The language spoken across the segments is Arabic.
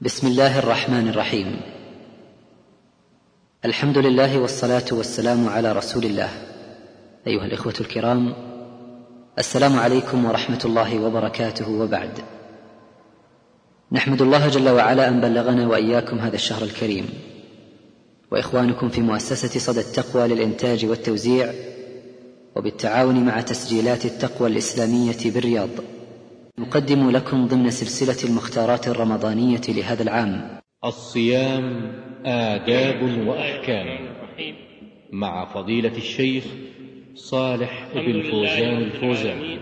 بسم الله الرحمن الرحيم. الحمد لله والصلاة والسلام على رسول الله. أيها الإخوة الكرام، السلام عليكم ورحمة الله وبركاته. وبعد، نحمد الله جل وعلا أن بلغنا وإياكم هذا الشهر الكريم، وإخوانكم في مؤسسة صدى التقوى للإنتاج والتوزيع وبالتعاون مع تسجيلات التقوى الإسلامية بالرياض نقدم لكم ضمن سلسلة المختارات الرمضانية لهذا العام الصيام آداب وأحكام، مع فضيلة الشيخ صالح بن فوزان الفوزان.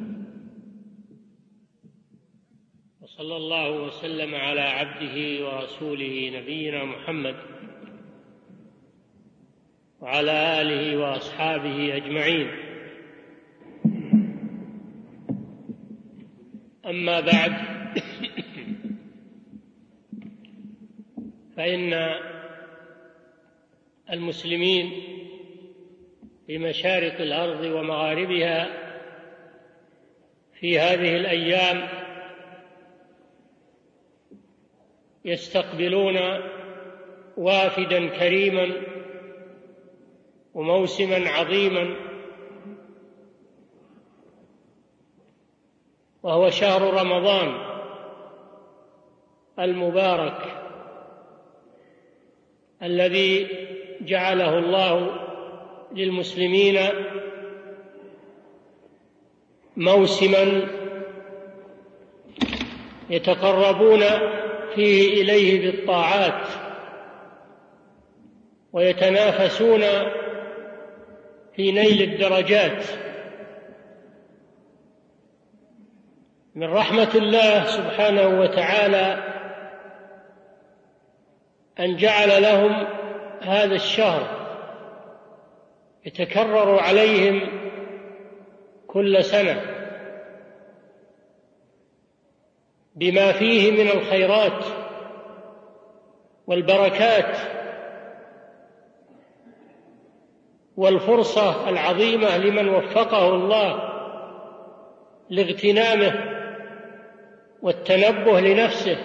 وصلى الله وسلم على عبده ورسوله نبينا محمد وعلى آله وأصحابه أجمعين. أما بعد، فإن المسلمين في مشارق الأرض ومغاربها في هذه الأيام يستقبلون وافدا كريما وموسما عظيما، وهو شهر رمضان المبارك الذي جعله الله للمسلمين موسما يتقربون فيه إليه بالطاعات ويتنافسون في نيل الدرجات. من رحمة الله سبحانه وتعالى أن جعل لهم هذا الشهر يتكرر عليهم كل سنة بما فيه من الخيرات والبركات والفرصة العظيمة لمن وفقه الله لاغتنامه والتنبه لنفسه.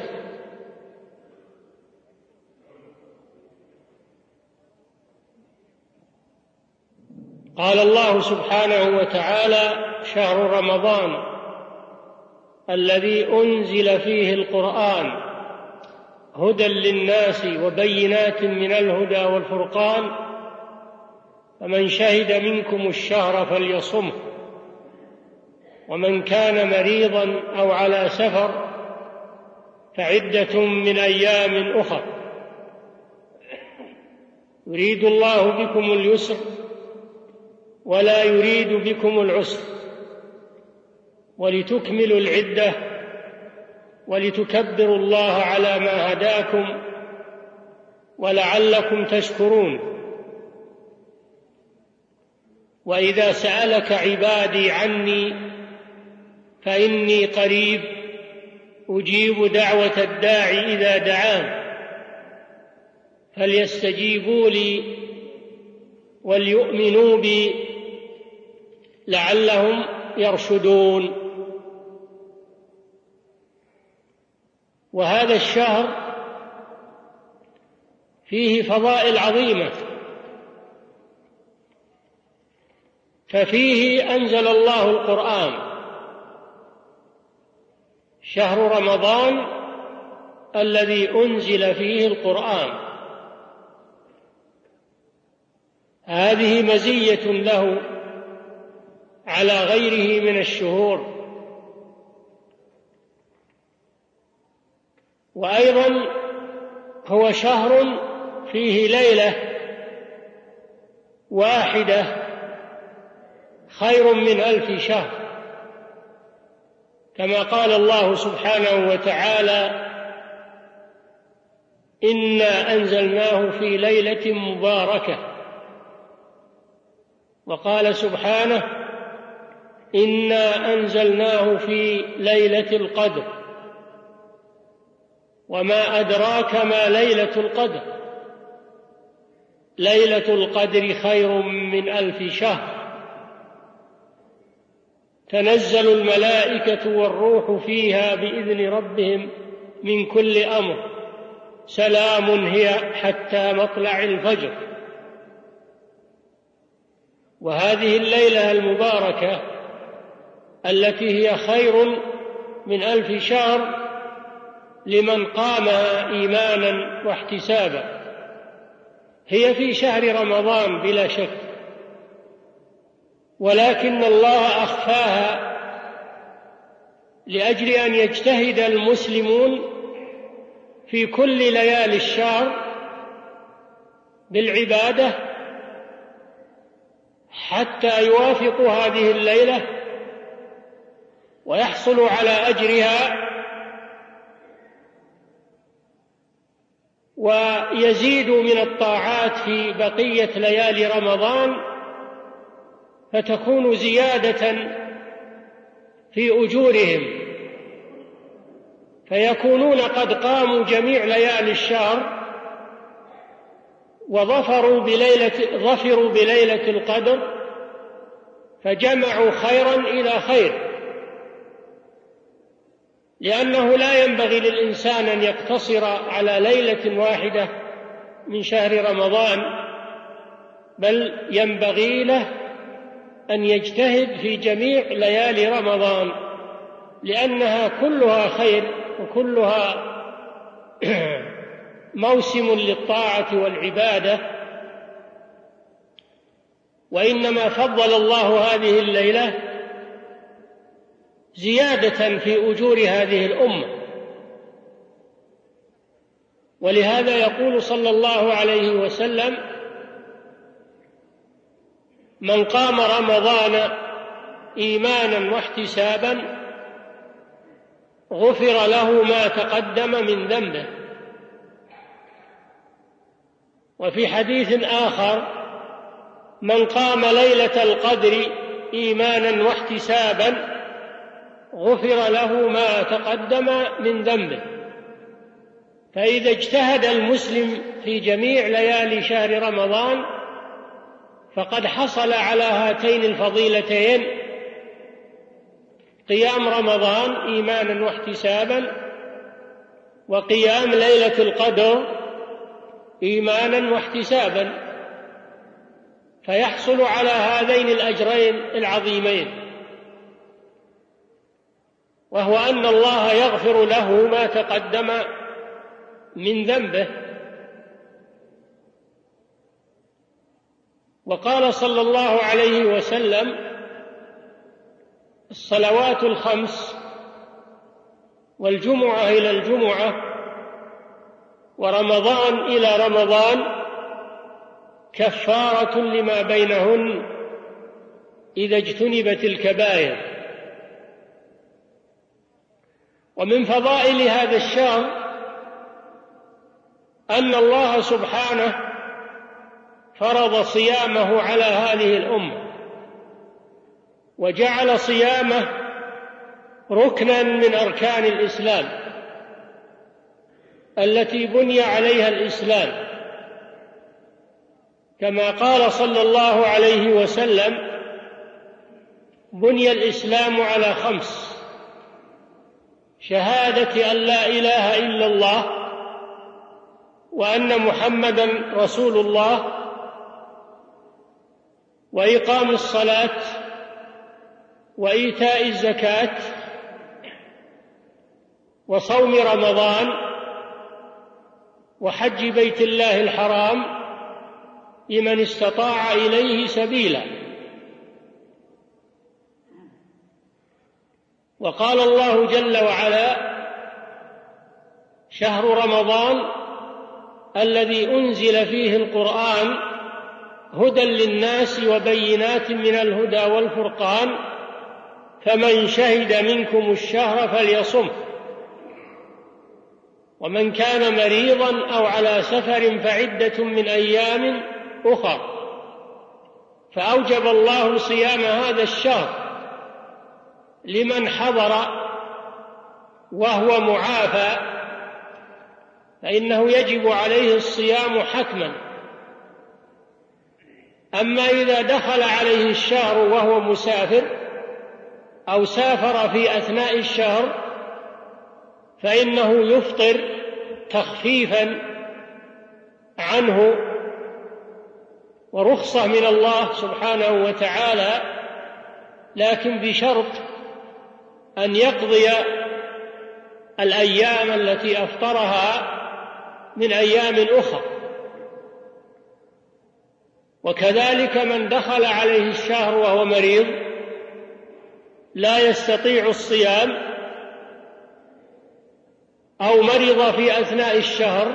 قال الله سبحانه وتعالى: شهر رمضان الذي أنزل فيه القرآن هدى للناس وبينات من الهدى والفرقان فمن شهد منكم الشهر فليصمه ومن كان مريضا أو على سفر فعدة من أيام أخر يريد الله بكم اليسر ولا يريد بكم العسر ولتكملوا العدة ولتكبروا الله على ما هداكم ولعلكم تشكرون. وإذا سألك عبادي عني فإني قريب أجيب دعوة الداعي إذا دعان فليستجيبوا لي وليؤمنوا بي لعلهم يرشدون. وهذا الشهر فيه فضائل عظيمة، ففيه أنزل الله القرآن. شهر رمضان الذي أنزل فيه القرآن، هذه مزية له على غيره من الشهور. وأيضا هو شهر فيه ليلة واحدة خير من 1000 شهر، كما قال الله سبحانه وتعالى: إنا أنزلناه في ليلة مباركة. وقال سبحانه: إنا أنزلناه في ليلة القدر. وما أدراك ما ليلة القدر؟ ليلة القدر خير من 1000 شهر تنزل الملائكة والروح فيها بإذن ربهم من كل أمر سلام هي حتى مطلع الفجر. وهذه الليلة المباركة التي هي خير من 1000 شهر لمن قامها إيمانا واحتسابا هي في شهر رمضان بلا شك، ولكن الله أخفاها لأجل أن يجتهد المسلمون في كل ليالي الشهر بالعبادة حتى يوافقوا هذه الليلة ويحصلوا على أجرها ويزيدوا من الطاعات في بقية ليالي رمضان، فتكون زيادة في أجورهم، فيكونون قد قاموا جميع ليالي الشهر وظفروا بليلة القدر، فجمعوا خيرا إلى خير. لأنه لا ينبغي للإنسان أن يقتصر على ليلة واحدة من شهر رمضان، بل ينبغي له أن يجتهد في جميع ليالي رمضان، لأنها كلها خير وكلها موسم للطاعة والعبادة. وإنما فضل الله هذه الليلة زيادة في أجور هذه الأمة، ولهذا يقول صلى الله عليه وسلم: من قام رمضان إيمانا واحتسابا غفر له ما تقدم من ذنبه. وفي حديث آخر: من قام ليلة القدر إيمانا واحتسابا غفر له ما تقدم من ذنبه. فإذا اجتهد المسلم في جميع ليالي شهر رمضان فقد حصل على هاتين الفضيلتين: قيام رمضان إيمانا واحتسابا، وقيام ليلة القدر إيمانا واحتسابا، فيحصل على هذين الأجرين العظيمين، وهو أن الله يغفر له ما تقدم من ذنبه. وقال صلى الله عليه وسلم: الصلوات الخمس والجمعة إلى الجمعة ورمضان إلى رمضان كفارة لما بينهن إذا اجتنبت الكبائر. ومن فضائل هذا الشهر أن الله سبحانه فرض صيامه على هذه الأمة، وجعل صيامه ركنا من أركان الإسلام التي بني عليها الإسلام، كما قال صلى الله عليه وسلم: بني الإسلام على 5: شهادة أن لا إله إلا الله وأن محمدا رسول الله، وإقام الصلاة، وإيتاء الزكاة، وصوم رمضان، وحج بيت الله الحرام لمن استطاع إليه سبيلا. وقال الله جل وعلا: شهر رمضان الذي أنزل فيه القرآن هدى للناس وبينات من الهدى والفرقان فمن شهد منكم الشهر فليصم، ومن كان مريضا أو على سفر فعدة من أيام أخر. فأوجب الله صيام هذا الشهر لمن حضر وهو معافى، فإنه يجب عليه الصيام حتما. أما إذا دخل عليه الشهر وهو مسافر أو سافر في أثناء الشهر فإنه يفطر تخفيفا عنه ورخصة من الله سبحانه وتعالى، لكن بشرط أن يقضي الأيام التي أفطرها من أيام أخرى. وكذلك من دخل عليه الشهر وهو مريض لا يستطيع الصيام أو مرض في أثناء الشهر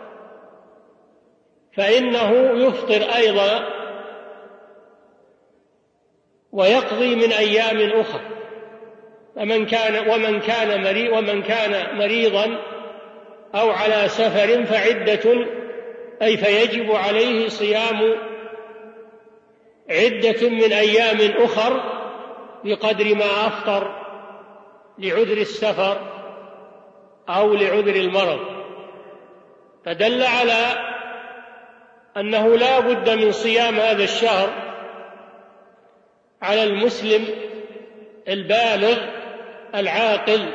فإنه يفطر أيضا ويقضي من أيام أخرى. ومن كان مريضا أو على سفر فعدة، أي فيجب عليه صيام عدة من أيام أخر بقدر ما أفطر لعذر السفر أو لعذر المرض. فدل على أنه لا بد من صيام هذا الشهر على المسلم البالغ العاقل،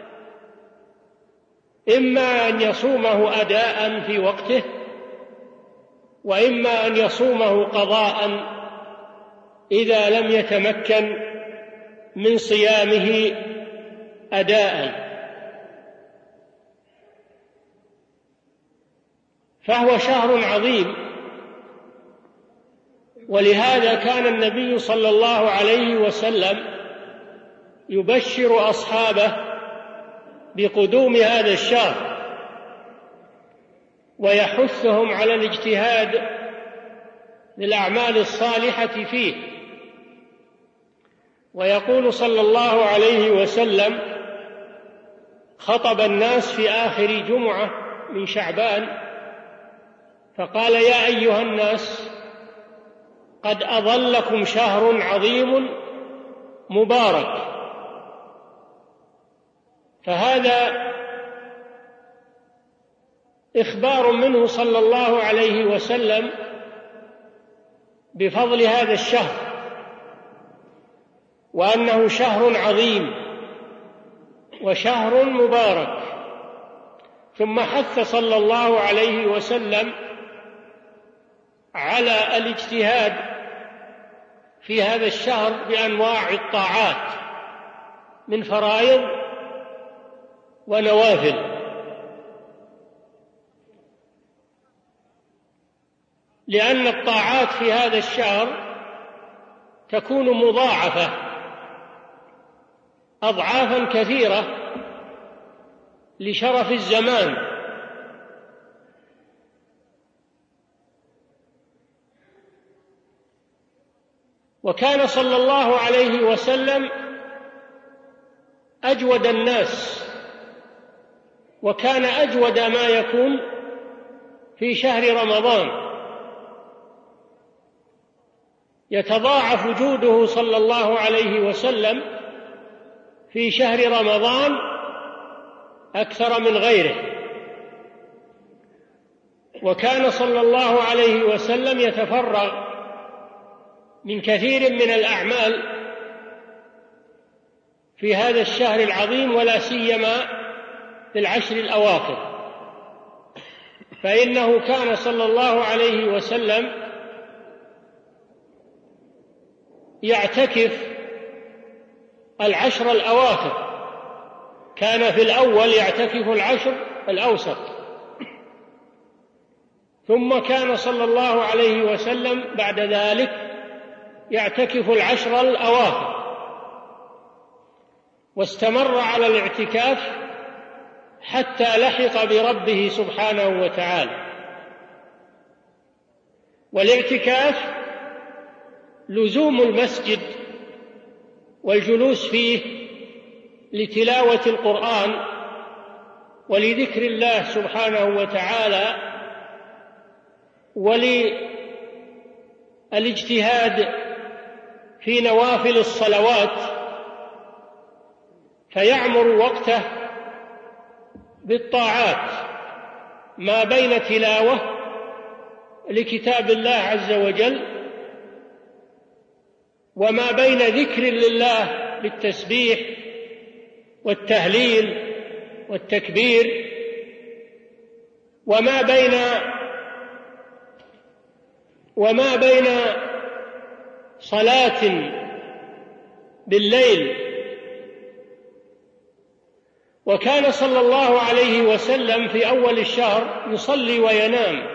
إما أن يصومه أداء في وقته، وإما أن يصومه قضاء إذا لم يتمكن من صيامه أداء. فهو شهر عظيم، ولهذا كان النبي صلى الله عليه وسلم يبشر أصحابه بقدوم هذا الشهر ويحثهم على الاجتهاد للأعمال الصالحة فيه. ويقول صلى الله عليه وسلم: خطب الناس في آخر جمعة من شعبان فقال: يا أيها الناس، قد أظلكم شهر عظيم مبارك. فهذا إخبار منه صلى الله عليه وسلم بفضل هذا الشهر، وأنه شهر عظيم وشهر مبارك. ثم حث صلى الله عليه وسلم على الاجتهاد في هذا الشهر بأنواع الطاعات من فرائض ونوافل. لأن الطاعات في هذا الشهر تكون مضاعفة أضعافا كثيرة لشرف الزمان. وكان صلى الله عليه وسلم أجود الناس، وكان أجود ما يكون في شهر رمضان، يتضاعف جوده صلى الله عليه وسلم في شهر رمضان أكثر من غيره. وكان صلى الله عليه وسلم يتفرغ من كثير من الأعمال في هذا الشهر العظيم، ولا سيما في العشر الأواخر، فإنه كان صلى الله عليه وسلم يعتكف العشر الأواخر. كان في الأول يعتكف العشر الأوسط، ثم كان صلى الله عليه وسلم بعد ذلك يعتكف العشر الأواخر، واستمر على الاعتكاف حتى لحق بربه سبحانه وتعالى. والاعتكاف لزوم المسجد والجلوس فيه لتلاوة القرآن ولذكر الله سبحانه وتعالى وللاجتهاد في نوافل الصلوات، فيعمر وقته بالطاعات ما بين تلاوة لكتاب الله عز وجل وما بين ذكر لله بالتسبيح والتهليل والتكبير وما بين صلاة بالليل. وكان صلى الله عليه وسلم في أول الشهر يصلي وينام،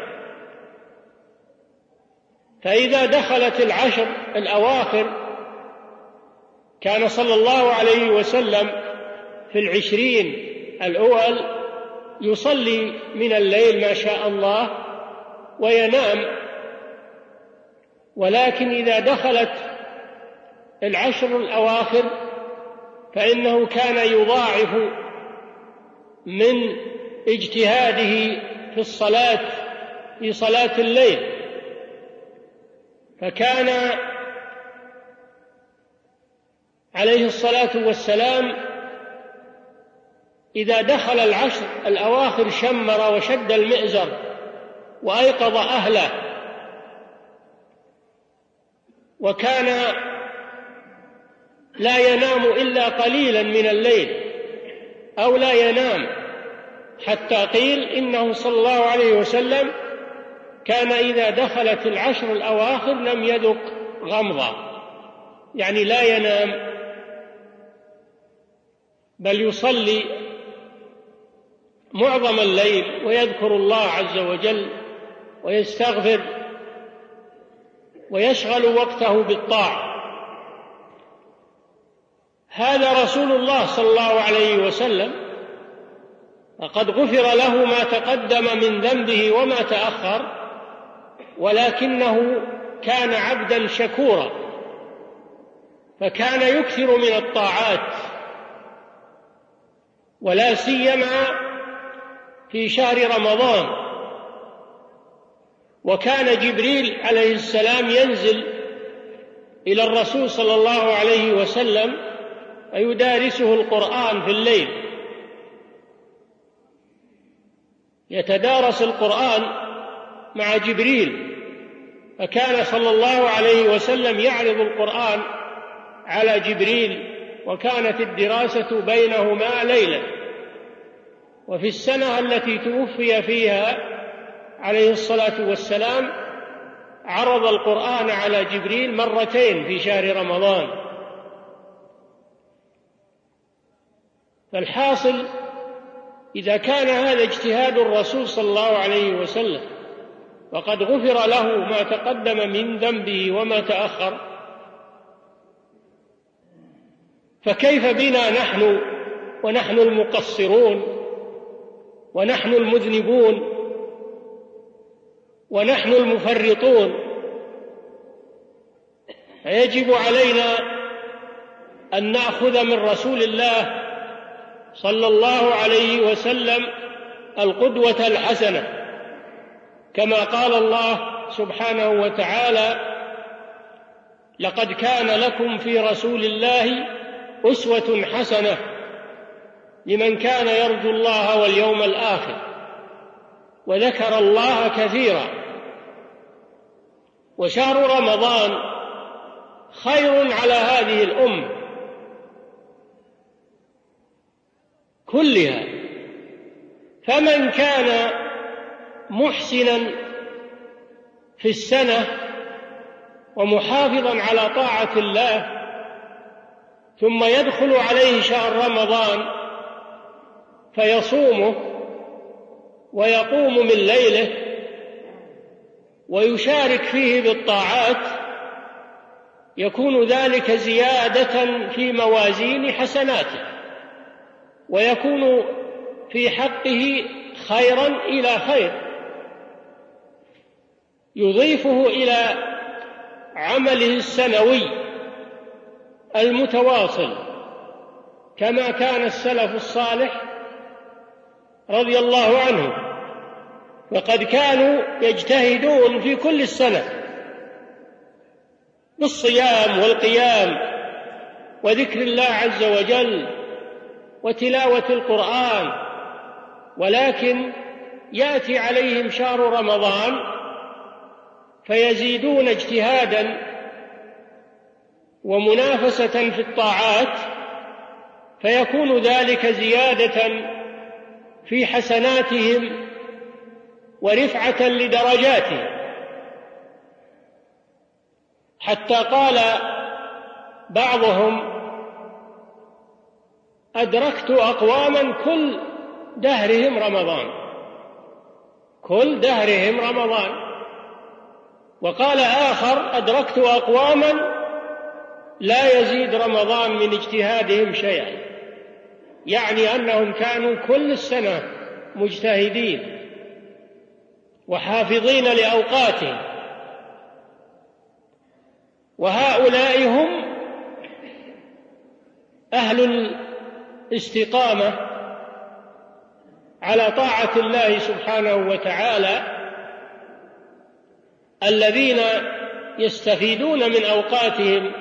فإذا دخلت العشر الأواخر كان صلى الله عليه وسلم في 20 الأول يصلي من الليل ما شاء الله وينام. ولكن إذا دخلت العشر الأواخر فإنه كان يضاعف من اجتهاده في صلاة الليل. فكان عليه الصلاة والسلام إذا دخل العشر الأواخر شمر وشد المئزر وأيقظ أهله، وكان لا ينام إلا قليلا من الليل أو لا ينام، حتى قيل إنه صلى الله عليه وسلم كان إذا دخلت العشر الأواخر لم يذق غمضا، يعني لا ينام بل يصلي معظم الليل ويذكر الله عز وجل ويستغفر ويشغل وقته بالطاعة. هذا رسول الله صلى الله عليه وسلم، وقد غفر له ما تقدم من ذنبه وما تأخر، ولكنه كان عبدا شكورا، فكان يكثر من الطاعات، ولا سيما في شهر رمضان. وكان جبريل عليه السلام ينزل إلى الرسول صلى الله عليه وسلم ويدارسه القرآن في الليل، يتدارس القرآن مع جبريل، فكان صلى الله عليه وسلم يعرض القرآن على جبريل، وكانت الدراسة بينهما ليلا. وفي السنة التي توفي فيها عليه الصلاة والسلام عرض القرآن على جبريل مرتين في شهر رمضان. فالحاصل إذا كان هذا اجتهاد الرسول صلى الله عليه وسلم وقد غفر له ما تقدم من ذنبه وما تأخر، فكيف بنا نحن ونحن المقصرون ونحن المذنبون ونحن المفرطون؟ فيجب علينا أن نأخذ من رسول الله صلى الله عليه وسلم القدوة الحسنة، كما قال الله سبحانه وتعالى: لقد كان لكم في رسول الله أسوة حسنة لمن كان يرجو الله واليوم الآخر وذكر الله كثيرا. وشهر رمضان خير على هذه الأمة كلها، فمن كان محسنا في السنة ومحافظا على طاعة الله ثم يدخل عليه شهر رمضان فيصومه ويقوم من ليله ويشارك فيه بالطاعات، يكون ذلك زيادة في موازين حسناته، ويكون في حقه خيرا إلى خير يضيفه إلى عمله السنوي المتواصل، كما كان السلف الصالح رضي الله عنهم، وقد كانوا يجتهدون في كل السنة بالصيام والقيام وذكر الله عز وجل وتلاوة القرآن، ولكن يأتي عليهم شهر رمضان فيزيدون اجتهادا ومنافسة في الطاعات، فيكون ذلك زيادة في حسناتهم ورفعة لدرجاته، حتى قال بعضهم: أدركت أقواما كل دهرهم رمضان، كل دهرهم رمضان. وقال آخر: أدركت أقواما لا يزيد رمضان من اجتهادهم شيئا، يعني أنهم كانوا كل السنة مجتهدين وحافظين لأوقاتهم. وهؤلاء هم أهل الاستقامة على طاعة الله سبحانه وتعالى، الذين يستفيدون من أوقاتهم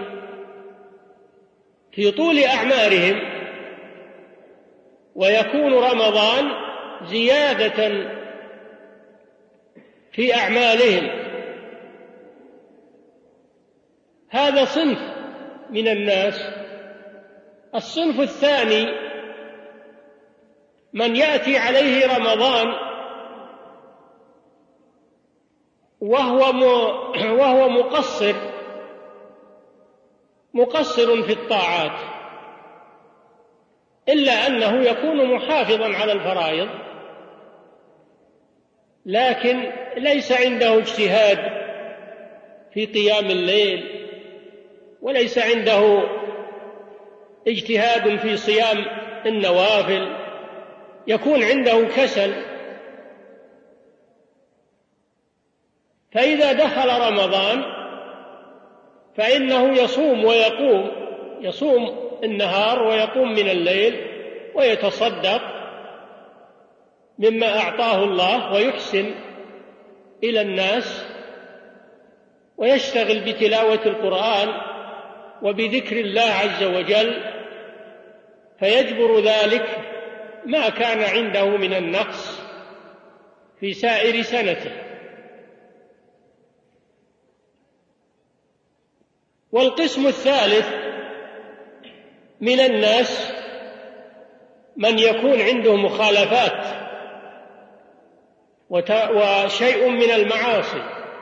في طول أعمارهم، ويكون رمضان زيادة في أعمالهم. هذا صنف من الناس. الصنف الثاني من يأتي عليه رمضان وهو مقصر في الطاعات، إلا أنه يكون محافظا على الفرائض، لكن ليس عنده اجتهاد في قيام الليل، وليس عنده اجتهاد في صيام النوافل، يكون عنده كسل. فإذا دخل رمضان فإنه يصوم ويقوم، يصوم النهار ويقوم من الليل، ويتصدق مما أعطاه الله، ويحسن إلى الناس، ويشتغل بتلاوة القرآن وبذكر الله عز وجل، فيجبر ذلك ما كان عنده من النقص في سائر سنته. والقسم الثالث من الناس من يكون عنده مخالفات وشيء من المعاصي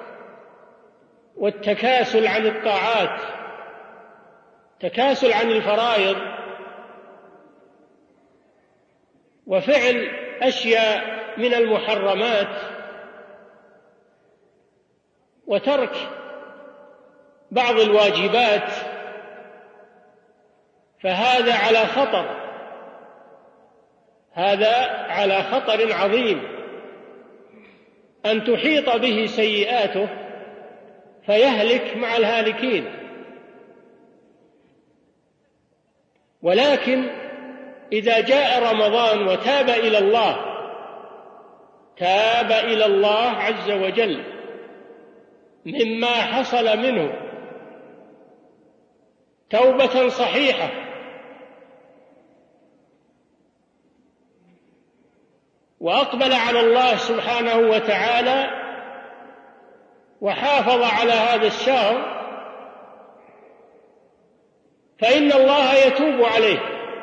والتكاسل عن الطاعات، تكاسل عن الفرائض، وفعل أشياء من المحرمات، وترك بعض الواجبات. فهذا على خطر، هذا على خطر عظيم أن تحيط به سيئاته فيهلك مع الهالكين. ولكن إذا جاء رمضان وتاب إلى الله، تاب إلى الله عز وجل مما حصل منه توبة صحيحة، وأقبل على الله سبحانه وتعالى وحافظ على هذا الشهر، فإن الله يتوب عليه،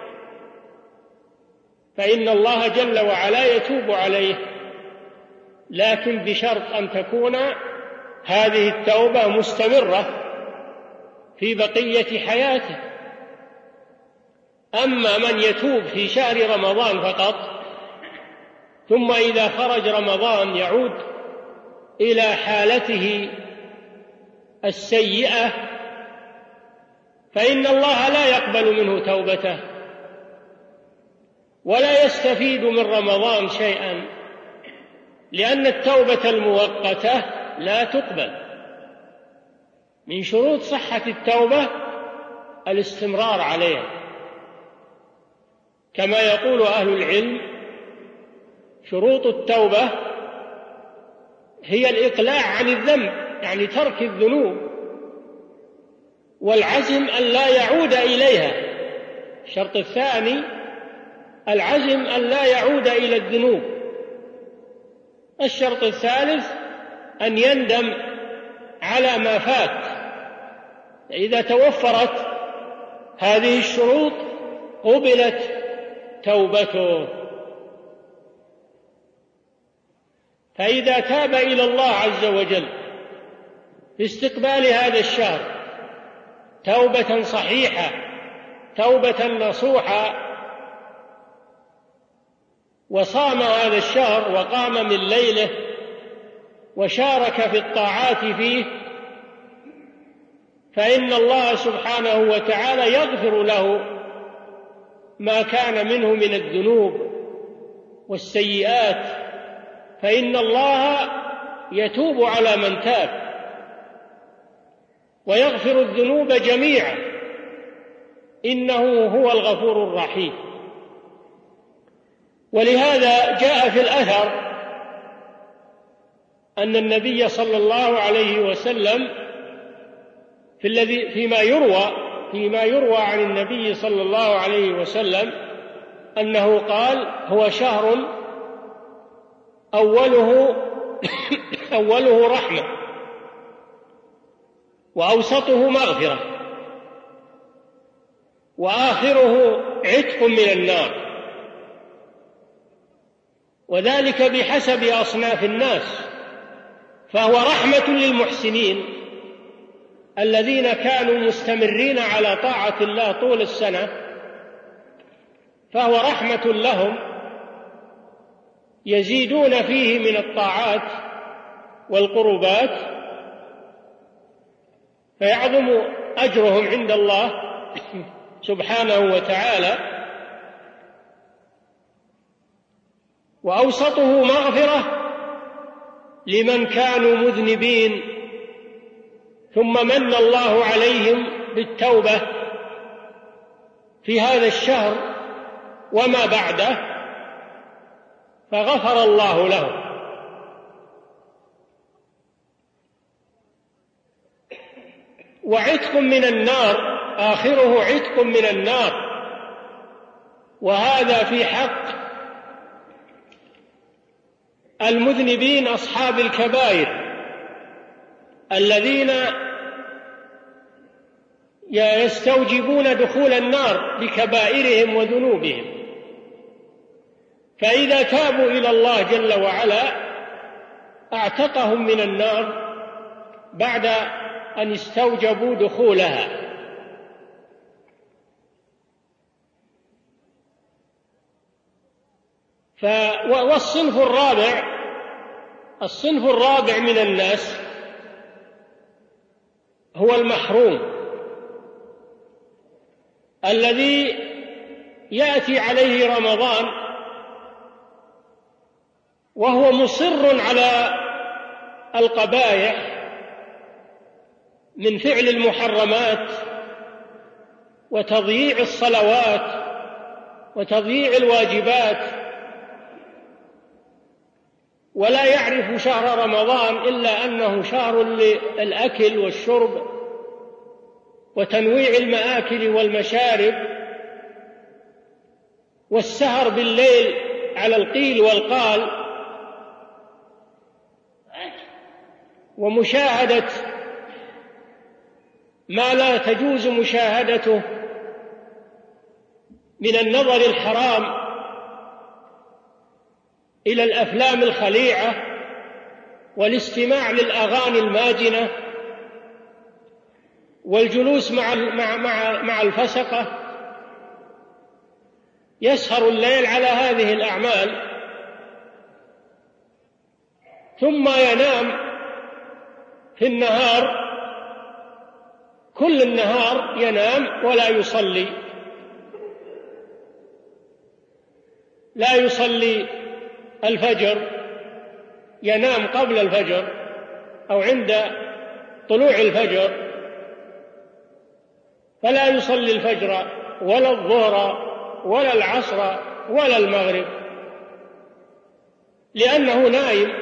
فإن الله جل وعلا يتوب عليه، لكن بشرط أن تكون هذه التوبة مستمرة في بقية حياته. أما من يتوب في شهر رمضان فقط، ثم إذا خرج رمضان يعود إلى حالته السيئة، فإن الله لا يقبل منه توبته ولا يستفيد من رمضان شيئا، لأن التوبة المؤقتة لا تقبل. من شروط صحة التوبة الاستمرار عليها، كما يقول أهل العلم: شروط التوبة هي الإقلاع عن الذنب، يعني ترك الذنوب، والعزم أن لا يعود إليها. الشرط الثاني العزم أن لا يعود إلى الذنوب. الشرط الثالث أن يندم على ما فات. إذا توفرت هذه الشروط قبلت توبته. فإذا تاب إلى الله عز وجل في استقبال هذا الشهر توبة صحيحة توبة نصوحة وصام هذا الشهر وقام من ليله وشارك في الطاعات فيه، فإن الله سبحانه وتعالى يغفر له ما كان منه من الذنوب والسيئات، فإن الله يتوب على من تاب ويغفر الذنوب جميعا، إنه هو الغفور الرحيم. ولهذا جاء في الأثر أن النبي صلى الله عليه وسلم فيما يروى عن النبي صلى الله عليه وسلم أنه قال: هو شهر أوله رحمة وأوسطه مغفرة وآخره عتق من النار، وذلك بحسب أصناف الناس، فهو رحمة للمحسنين الذين كانوا مستمرين على طاعة الله طول السنة، فهو رحمة لهم يزيدون فيه من الطاعات والقربات فيعظم أجرهم عند الله سبحانه وتعالى، وأوسطه مغفرة لمن كانوا مذنبين ثم من الله عليهم بالتوبة في هذا الشهر وما بعده فغفر الله لهم. وعتق من النار، آخره عتق من النار، وهذا في حق المذنبين أصحاب الكبائر الذين يستوجبون دخول النار بكبائرهم وذنوبهم، فإذا تابوا إلى الله جل وعلا أعتقهم من النار بعد أن استوجبوا دخولها. الصنف الرابع من الناس هو المحروم الذي يأتي عليه رمضان وهو مصر على القبائح من فعل المحرمات وتضييع الصلوات وتضييع الواجبات، ولا يعرف شهر رمضان إلا أنه شهر للأكل والشرب وتنويع المآكل والمشارب والسهر بالليل على القيل والقال ومشاهدة ما لا تجوز مشاهدته من النظر الحرام إلى الأفلام الخليعة والاستماع للأغاني الماجنة والجلوس مع الفسقة، يسهر الليل على هذه الأعمال ثم ينام في النهار، كل النهار ينام ولا يصلي، لا يصلي الفجر، ينام قبل الفجر أو عند طلوع الفجر، فلا يصلي الفجر ولا الظهر ولا العصر ولا المغرب لأنه نائم،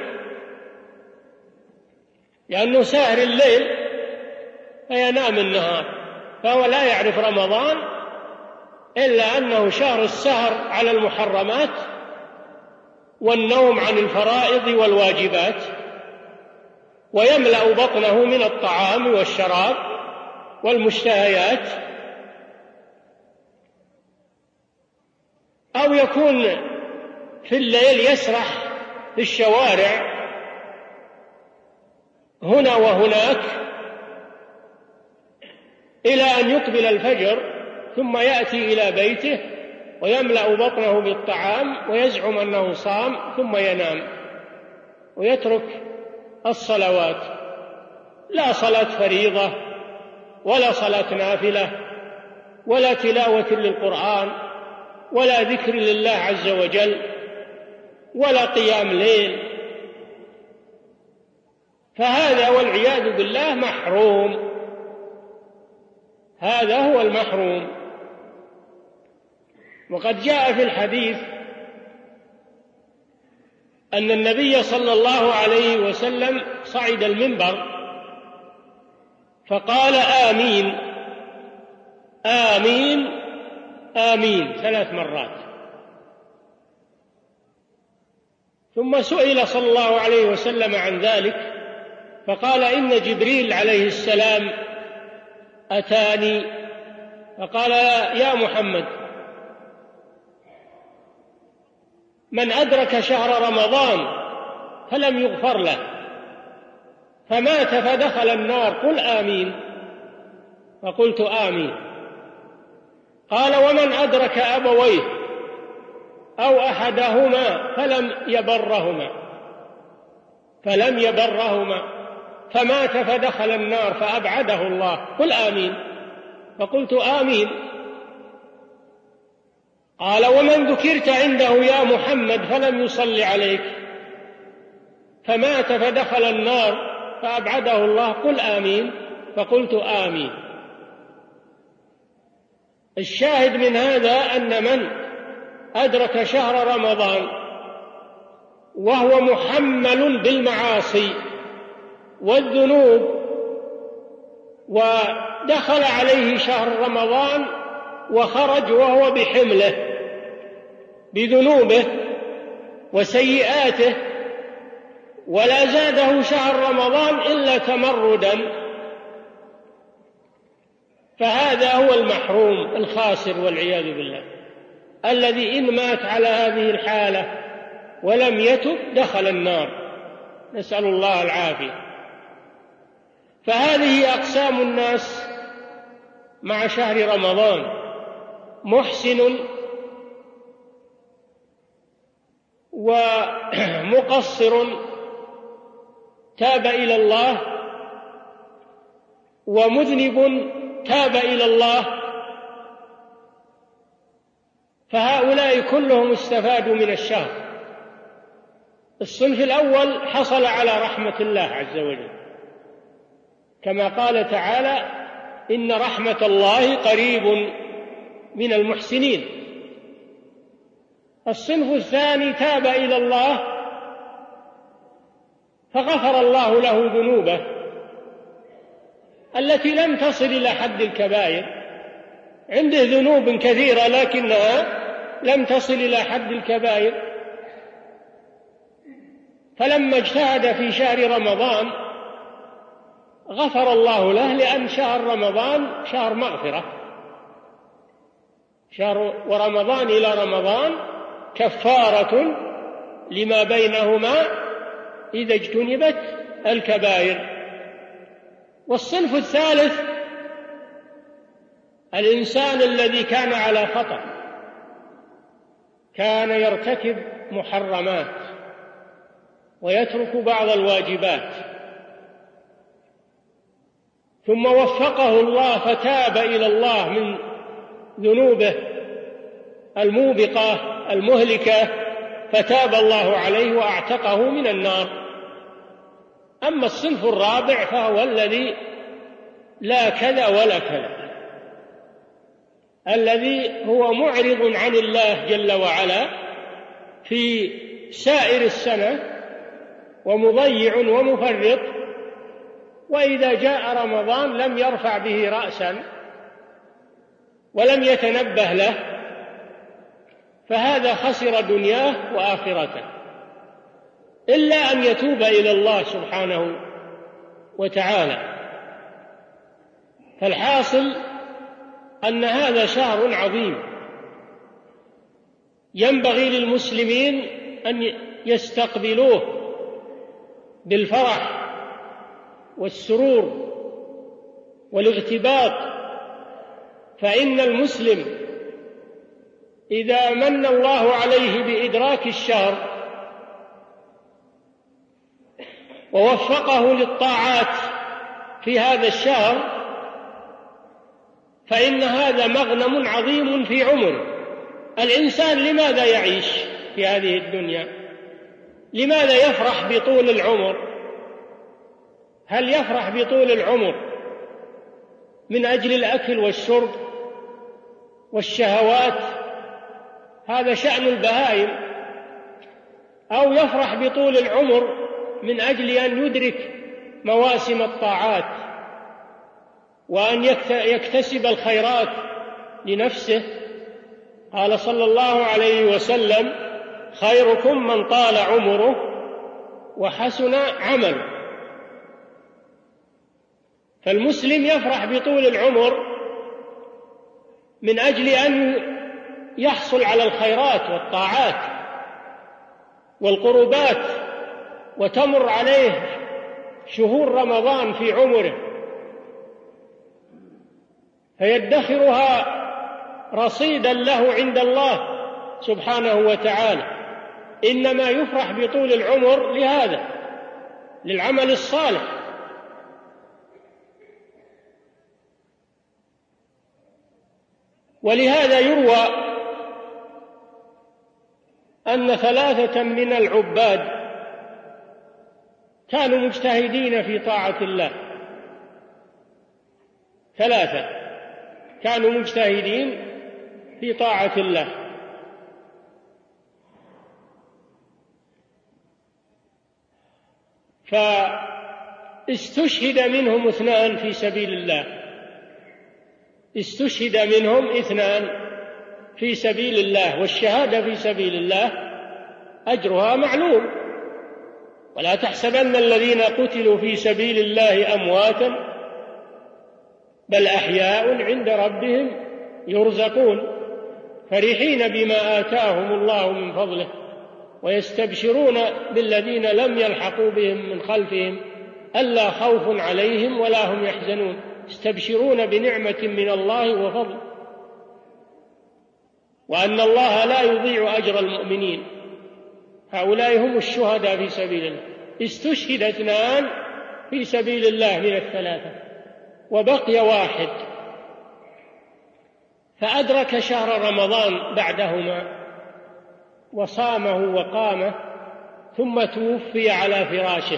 لأنه ساهر الليل فينام النهار، فهو لا يعرف رمضان إلا أنه شهر السهر على المحرمات والنوم عن الفرائض والواجبات، ويملأ بطنه من الطعام والشراب والمشتهيات، أو يكون في الليل يسرح في الشوارع هنا وهناك إلى أن يقبل الفجر، ثم يأتي إلى بيته ويملأ بطنه بالطعام ويزعم أنه صام، ثم ينام ويترك الصلوات، لا صلاة فريضة ولا صلاة نافلة ولا تلاوة للقرآن ولا ذكر لله عز وجل ولا قيام ليل. فهذا والعياذ بالله محروم، هذا هو المحروم. وقد جاء في الحديث أن النبي صلى الله عليه وسلم صعد المنبر فقال آمين آمين آمين 3 مرات، ثم سئل صلى الله عليه وسلم عن ذلك فقال إن جبريل عليه السلام أتاني فقال يا محمد من أدرك شهر رمضان فلم يغفر له فمات فدخل النار قل آمين، فقلت آمين. قال ومن أدرك أبويه أو أحدهما فلم يبرهما فمات فدخل النار فأبعده الله قل آمين، فقلت آمين. قال ومن ذكرت عنده يا محمد فلم يصل عليك فمات فدخل النار فأبعده الله قل آمين، فقلت آمين. الشاهد من هذا أن من أدرك شهر رمضان وهو محمل بالمعاصي والذنوب ودخل عليه شهر رمضان وخرج وهو بحمله بذنوبه وسيئاته ولا زاده شهر رمضان إلا تمردا، فهذا هو المحروم الخاسر والعياذ بالله، الذي إن مات على هذه الحالة ولم يتب دخل النار، نسأل الله العافية. فهذه أقسام الناس مع شهر رمضان: محسن ومقصر تاب إلى الله، ومذنب تاب إلى الله، فهؤلاء كلهم استفادوا من الشهر. الصنف الأول حصل على رحمة الله عز وجل، كما قال تعالى: إن رحمة الله قريب من المحسنين. الصنف الثاني تاب إلى الله فغفر الله له ذنوبه التي لم تصل إلى حد الكبائر، عنده ذنوب كثيرة لكنها لم تصل إلى حد الكبائر، فلما اجتهد في شهر رمضان غفر الله له، لأن شهر رمضان شهر مغفرة، شهر ورمضان إلى رمضان كفارة لما بينهما إذا اجتنبت الكبائر. والصنف الثالث الإنسان الذي كان على خطأ، كان يرتكب محرمات ويترك بعض الواجبات، ثم وفقه الله فتاب إلى الله من ذنوبه الموبقة المهلكة، فتاب الله عليه وأعتقه من النار. أما الصنف الرابع فهو الذي لا كذا ولا كذا، الذي هو معرض عن الله جل وعلا في سائر السنة ومضيع ومفرط، وإذا جاء رمضان لم يرفع به رأسا ولم يتنبه له، فهذا خسر دنياه وآخرته، إلا أن يتوب إلى الله سبحانه وتعالى. فالحاصل أن هذا شهر عظيم، ينبغي للمسلمين أن يستقبلوه بالفرح والسرور والاغتباط. فإن المسلم إذا من الله عليه بإدراك الشهر ووفقه للطاعات في هذا الشهر فإن هذا مغنم عظيم في عمره. الإنسان لماذا يعيش في هذه الدنيا؟ لماذا يفرح بطول العمر؟ هل يفرح بطول العمر من أجل الأكل والشرب والشهوات؟ هذا شأن البهائم. أو يفرح بطول العمر من أجل أن يدرك مواسم الطاعات وأن يكتسب الخيرات لنفسه. قال صلى الله عليه وسلم: خيركم من طال عمره وحسن عمله. فالمسلم يفرح بطول العمر من أجل أن يحصل على الخيرات والطاعات والقربات، وتمر عليه شهور رمضان في عمره فيدخرها رصيدا له عند الله سبحانه وتعالى. إنما يفرح بطول العمر لهذا، للعمل الصالح. ولهذا يروى أن 3 من العباد كانوا مجتهدين في طاعة الله. 3 كانوا مجتهدين في طاعة الله، فاستشهد منهم 2 في سبيل الله. استشهد منهم 2 في سبيل الله، والشهادة في سبيل الله أجرها معلوم. ولا تحسبن الذين قتلوا في سبيل الله أمواتا بل أحياء عند ربهم يرزقون فرحين بما آتاهم الله من فضله ويستبشرون بالذين لم يلحقوا بهم من خلفهم ألا خوف عليهم ولا هم يحزنون يستبشرون بنعمة من الله وفضل وأن الله لا يضيع أجر المؤمنين. هؤلاء هم الشهداء في سبيل الله. استشهد 2 في سبيل الله من 3 وبقي 1 فأدرك شهر رمضان بعدهما وصامه وقامه ثم توفي على فراشه.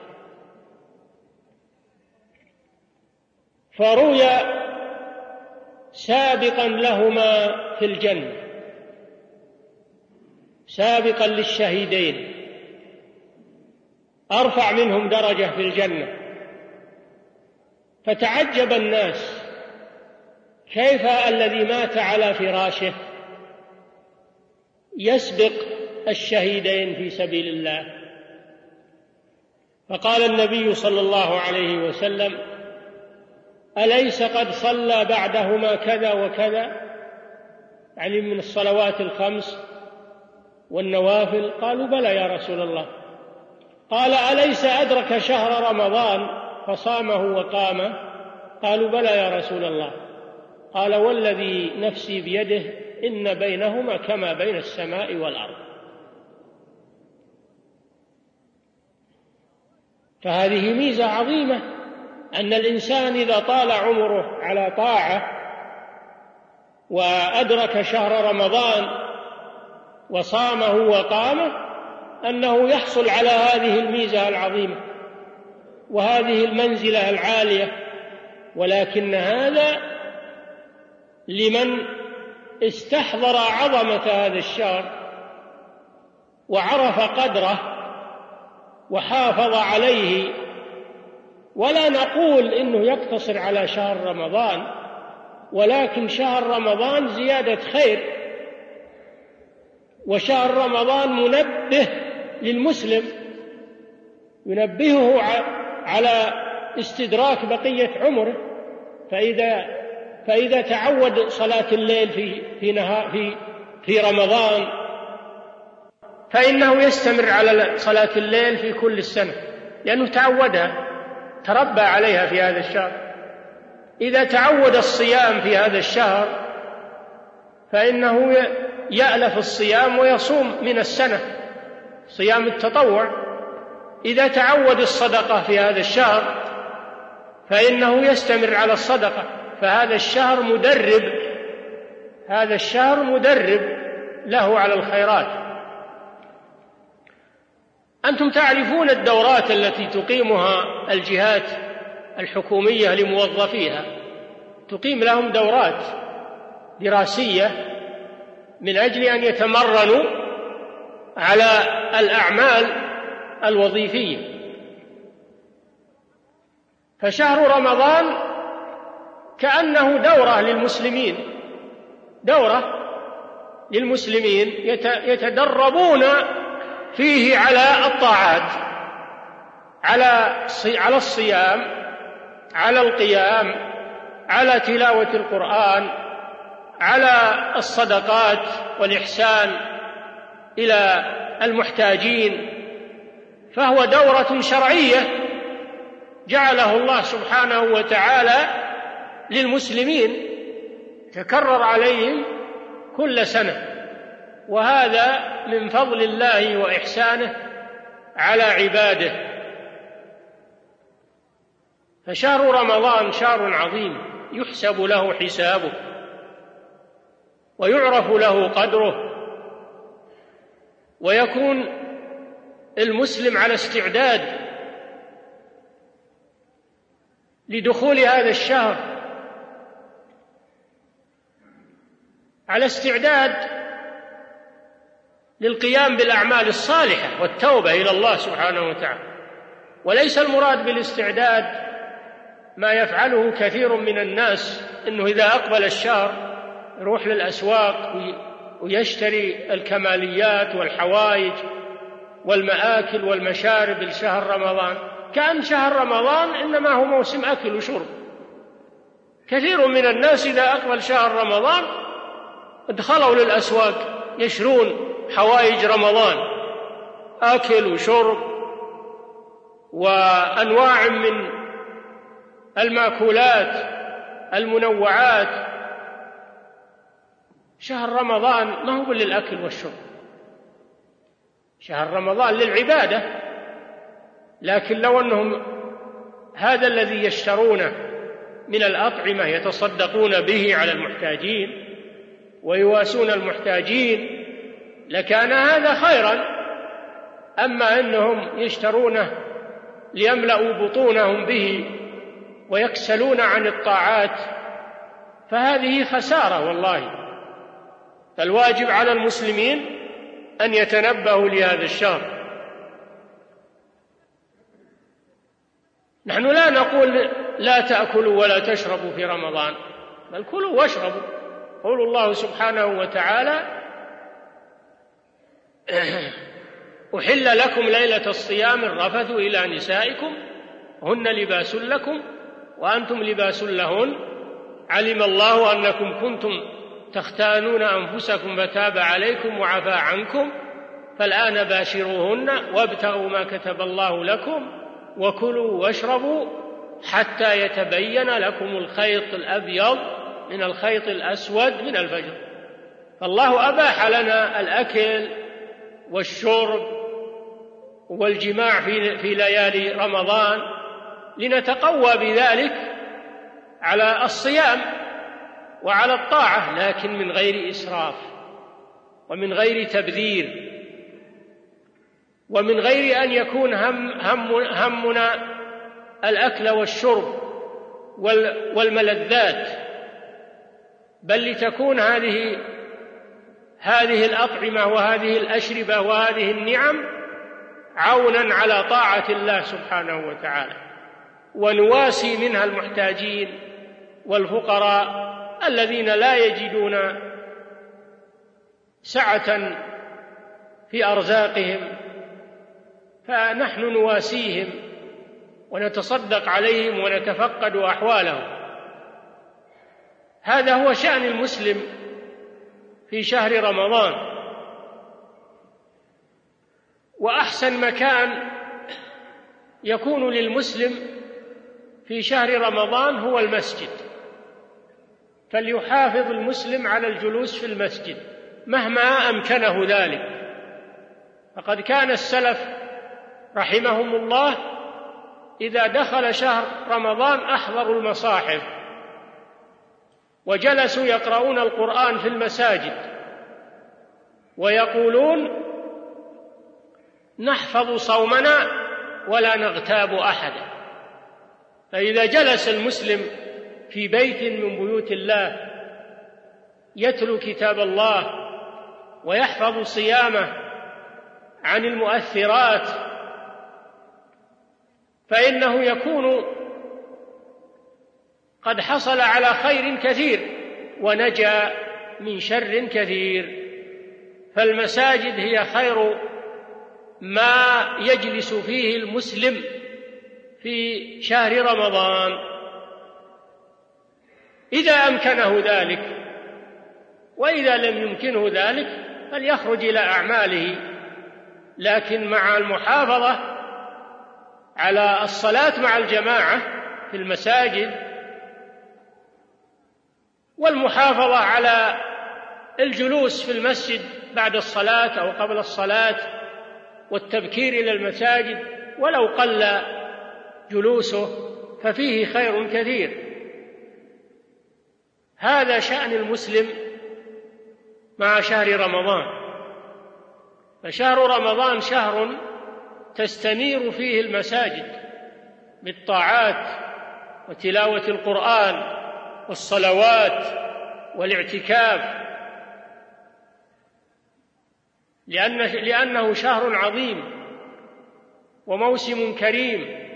فروي سابقا لهما في الجنة، سابقا للشهيدين، أرفع منهم درجة في الجنة. فتعجب الناس كيف الذي مات على فراشه يسبق الشهيدين في سبيل الله. فقال النبي صلى الله عليه وسلم: أليس قد صلى بعدهما كذا وكذا، يعني من الصلوات ال5 والنوافل؟ قالوا: بلى يا رسول الله. قال: أليس أدرك شهر رمضان فصامه وقامه؟ قالوا: بلى يا رسول الله. قال: والذي نفسي بيده إن بينهما كما بين السماء والأرض. فهذه ميزة عظيمة، أن الإنسان إذا طال عمره على طاعة وأدرك شهر رمضان وصامه وقامه أنه يحصل على هذه الميزة العظيمة وهذه المنزلة العالية. ولكن هذا لمن استحضر عظمة هذا الشهر وعرف قدره وحافظ عليه. ولا نقول إنه يقتصر على شهر رمضان، ولكن شهر رمضان زيادة خير، وشهر رمضان منبه للمسلم، ينبهه على استدراك بقية عمره. فإذا تعود صلاة الليل في رمضان فإنه يستمر على صلاة الليل في كل السنة، لأنه تربى عليها في هذا الشهر. إذا تعود الصيام في هذا الشهر فإنه يألف الصيام ويصوم من السنة، صيام التطوع. إذا تعود الصدقة في هذا الشهر فإنه يستمر على الصدقة. فهذا الشهر مدرب، هذا الشهر مدرب له على الخيرات. أنتم تعرفون الدورات التي تقيمها الجهات الحكومية لموظفيها، تقيم لهم دورات دراسية من أجل أن يتمرنوا على الأعمال الوظيفية. فشهر رمضان كأنه دورة للمسلمين، دورة للمسلمين يتدربون فيه على الطاعات، على الصيام، على القيام، على تلاوة القرآن، على الصدقات والإحسان إلى المحتاجين. فهو دورة شرعية جعله الله سبحانه وتعالى للمسلمين، تكرر عليهم كل سنة، وهذا من فضل الله وإحسانه على عباده. فشهر رمضان شهر عظيم يحسب له حسابه ويعرف له قدره، ويكون المسلم على استعداد لدخول هذا الشهر، على استعداد للقيام بالأعمال الصالحة والتوبة إلى الله سبحانه وتعالى. وليس المراد بالاستعداد ما يفعله كثير من الناس، إنه إذا أقبل الشهر يروح للأسواق ويشتري الكماليات والحوائج والمآكل والمشارب لشهر رمضان، كأن شهر رمضان إنما هو موسم أكل وشرب. كثير من الناس إذا أقبل شهر رمضان ادخلوا للأسواق يشرون حوائج رمضان، أكل وشرب وأنواع من المأكولات المنوعات. شهر رمضان ما هو للأكل والشرب، شهر رمضان للعبادة. لكن لو أنهم هذا الذي يشترونه من الأطعمة يتصدقون به على المحتاجين ويواسون المحتاجين لكان هذا خيرا. أما أنهم يشترونه ليملأوا بطونهم به ويكسلون عن الطاعات فهذه خسارة والله. فالواجب على المسلمين أن يتنبهوا لهذا الشهر. نحن لا نقول لا تأكلوا ولا تشربوا في رمضان، بل كلوا واشربوا. قول الله سبحانه وتعالى: أحل لكم ليلة الصيام الرفث إلى نسائكم هن لباس لكم وأنتم لباس لهن علم الله أنكم كنتم تختانون أنفسكم فتاب عليكم وعفى عنكم فالآن باشروهن وابتغوا ما كتب الله لكم وكلوا واشربوا حتى يتبين لكم الخيط الأبيض من الخيط الأسود من الفجر. فالله أباح لنا الأكل والشرب والجماع في ليالي رمضان لنتقوى بذلك على الصيام وعلى الطاعة، لكن من غير إسراف ومن غير تبذير ومن غير أن يكون همنا الأكل والشرب والملذات، بل لتكون هذه الأطعمة وهذه الأشربة وهذه النعم عونا على طاعة الله سبحانه وتعالى، ونواسي منها المحتاجين والفقراء الذين لا يجدون سعة في أرزاقهم، فنحن نواسيهم ونتصدق عليهم ونتفقد أحوالهم. هذا هو شأن المسلم في شهر رمضان. وأحسن مكان يكون للمسلم في شهر رمضان هو المسجد، فليحافظ المسلم على الجلوس في المسجد مهما أمكنه ذلك. فقد كان السلف رحمهم الله إذا دخل شهر رمضان أحضروا المصاحف وجلسوا يقرؤون القرآن في المساجد ويقولون: نحفظ صومنا ولا نغتاب أحدا. فإذا جلس المسلم في بيت من بيوت الله يتلو كتاب الله ويحفظ صيامه عن المؤثرات، فإنه يكون قد حصل على خير كثير ونجا من شر كثير. فالمساجد هي خير ما يجلس فيه المسلم في شهر رمضان إذا أمكنه ذلك، وإذا لم يمكنه ذلك فليخرج إلى أعماله، لكن مع المحافظة على الصلاة مع الجماعة في المساجد والمحافظة على الجلوس في المسجد بعد الصلاة أو قبل الصلاة والتبكير إلى المساجد ولو قل جلوسه ففيه خير كثير. هذا شأن المسلم مع شهر رمضان. فشهر رمضان شهر تستنير فيه المساجد بالطاعات وتلاوة القرآن والصلوات والاعتكاف، لأنه شهر عظيم وموسم كريم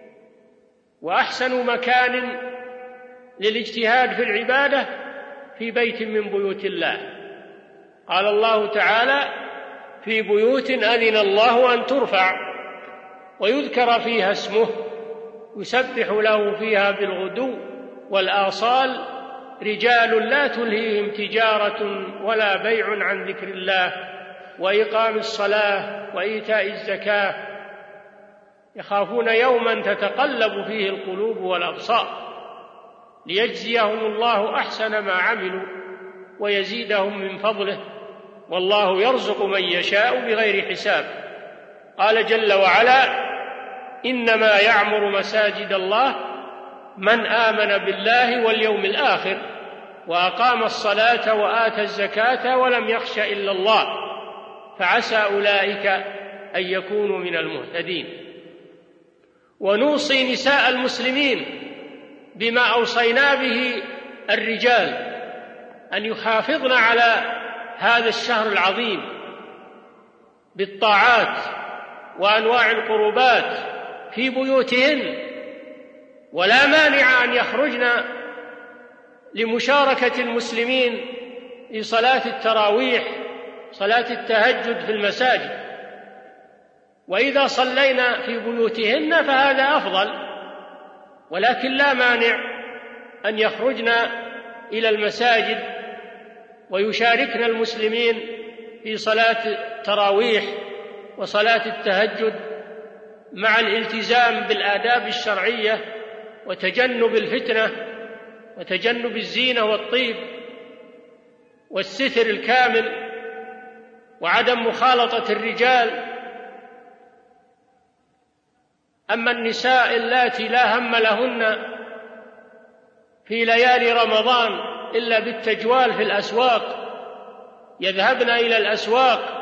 وأحسن مكان للاجتهاد في العبادة في بيت من بيوت الله. قال الله تعالى: في بيوت أذن الله أن ترفع ويذكر فيها اسمه يسبح له فيها بالغدو والآصال رجال لا تلهيهم تجارة ولا بيع عن ذكر الله وإقام الصلاة وإيتاء الزكاة يخافون يوما تتقلب فيه القلوب والأبصار ليجزيهم الله أحسن ما عملوا ويزيدهم من فضله والله يرزق من يشاء بغير حساب. قال جل وعلا: إنما يعمر مساجد الله من آمن بالله واليوم الآخر وأقام الصلاة وآتى الزكاة ولم يخش إلا الله فعسى أولئك أن يكونوا من المهتدين. ونوصي نساء المسلمين بما أوصينا به الرجال أن يحافظن على هذا الشهر العظيم بالطاعات وأنواع القربات في بيوتهن، ولا مانع أن يخرجن لمشاركة المسلمين في صلاة التراويح صلاة التهجد في المساجد، وإذا صلينا في بيوتهن فهذا أفضل، ولكن لا مانع أن يخرجن إلى المساجد ويشاركن المسلمين في صلاة التراويح وصلاة التهجد مع الالتزام بالآداب الشرعية وتجنب الفتنة وتجنب الزينة والطيب والستر الكامل وعدم مخالطة الرجال. أما النساء اللاتي لا هم لهن في ليالي رمضان إلا بالتجوال في الأسواق، يذهبن إلى الأسواق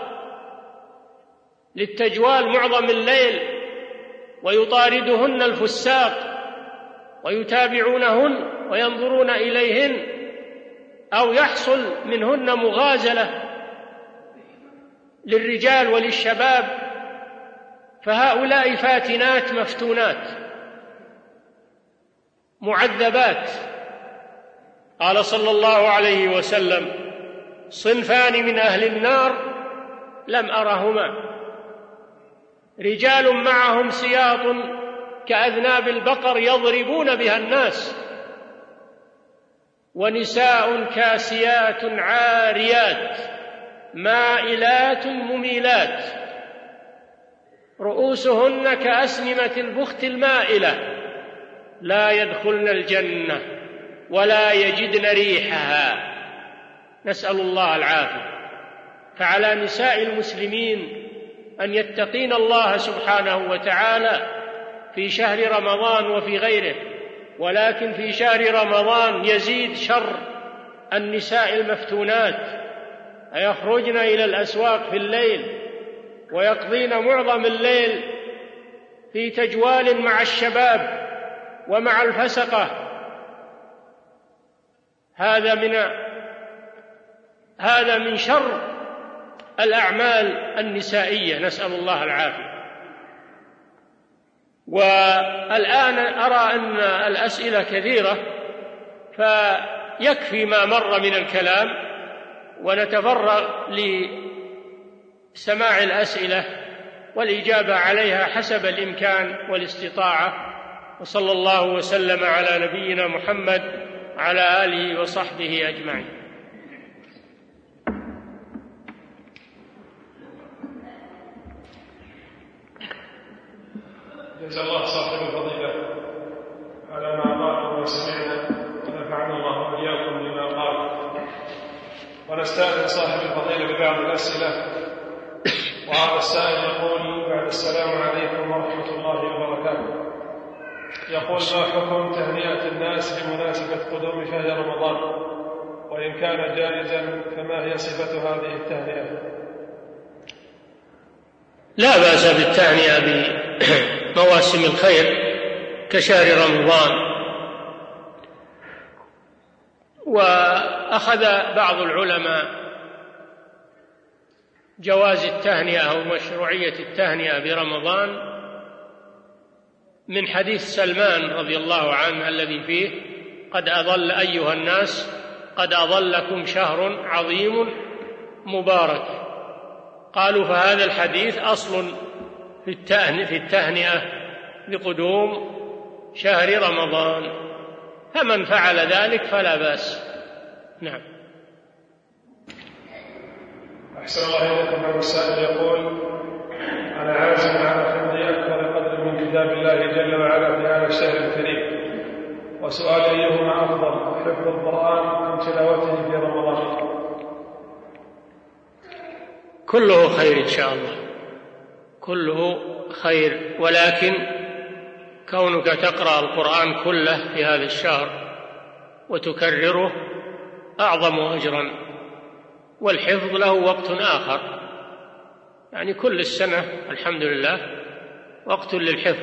للتجوال معظم الليل ويطاردهن الفساق ويتابعونهن وينظرون إليهن أو يحصل منهن مغازلة للرجال وللشباب، فهؤلاء فاتنات مفتونات معذبات. قال صلى الله عليه وسلم: صنفان من أهل النار لم أرهما، رجال معهم سياط كأذناب البقر يضربون بها الناس، ونساء كاسيات عاريات مائلات مميلات رؤوسهن كأسنمة البخت المائلة لا يدخلن الجنة ولا يجدن ريحها، نسأل الله العافية. فعلى نساء المسلمين أن يتقين الله سبحانه وتعالى في شهر رمضان وفي غيره، ولكن في شهر رمضان يزيد شر النساء المفتونات، يخرجن إلى الأسواق في الليل ويقضين معظم الليل في تجوال مع الشباب ومع الفسقة. هذا من شر الأعمال النسائية، نسأل الله العافية. والآن أرى أن الأسئلة كثيرة، فيكفي ما مر من الكلام ونتفرغ لسماع الأسئلة والإجابة عليها حسب الإمكان والاستطاعة. وصلى الله وسلم على نبينا محمد وعلى آله وصحبه أجمعين. جزا الله صاحب الفضيلة على ما قال وما سمعنا، ونفعنا الله وإياكم بما قال. ونستأذن صاحب الفضيلة ببعض الأسئلة. وهذا السائل يقول: بعد السلام عليكم ورحمة الله وبركاته. يقول: ما حكم تهنئة الناس بمناسبة قدوم شهر رمضان؟ وإن كان جائزا فما هي صفة هذه التهنئة؟ لا بأس بالتهنئة بمواسم الخير كشهر رمضان. وأخذ بعض العلماء جواز التهنئة أو مشروعية التهنئة برمضان من حديث سلمان رضي الله عنه الذي فيه: قد أضل أيها الناس قد أضلكم شهر عظيم مبارك. قالوا: فهذا الحديث أصل في التهنئة بقدوم شهر رمضان، فمن فعل ذلك فلا بأس. نعم. أحسن الله إليكم. هذا السائل يقول: أنا عازم على حفظ أكبر قدر من كتاب الله جل وعلا في هذا الشهر الكريم، وسؤال: أيهما أفضل، حفظ القرآن أم تلاوته في رمضان؟ كله خير إن شاء الله، كله خير، ولكن كونك تقرأ القرآن كله في هذا الشهر وتكرره أعظم أجرا، والحفظ له وقت آخر، يعني كل السنة الحمد لله وقت للحفظ.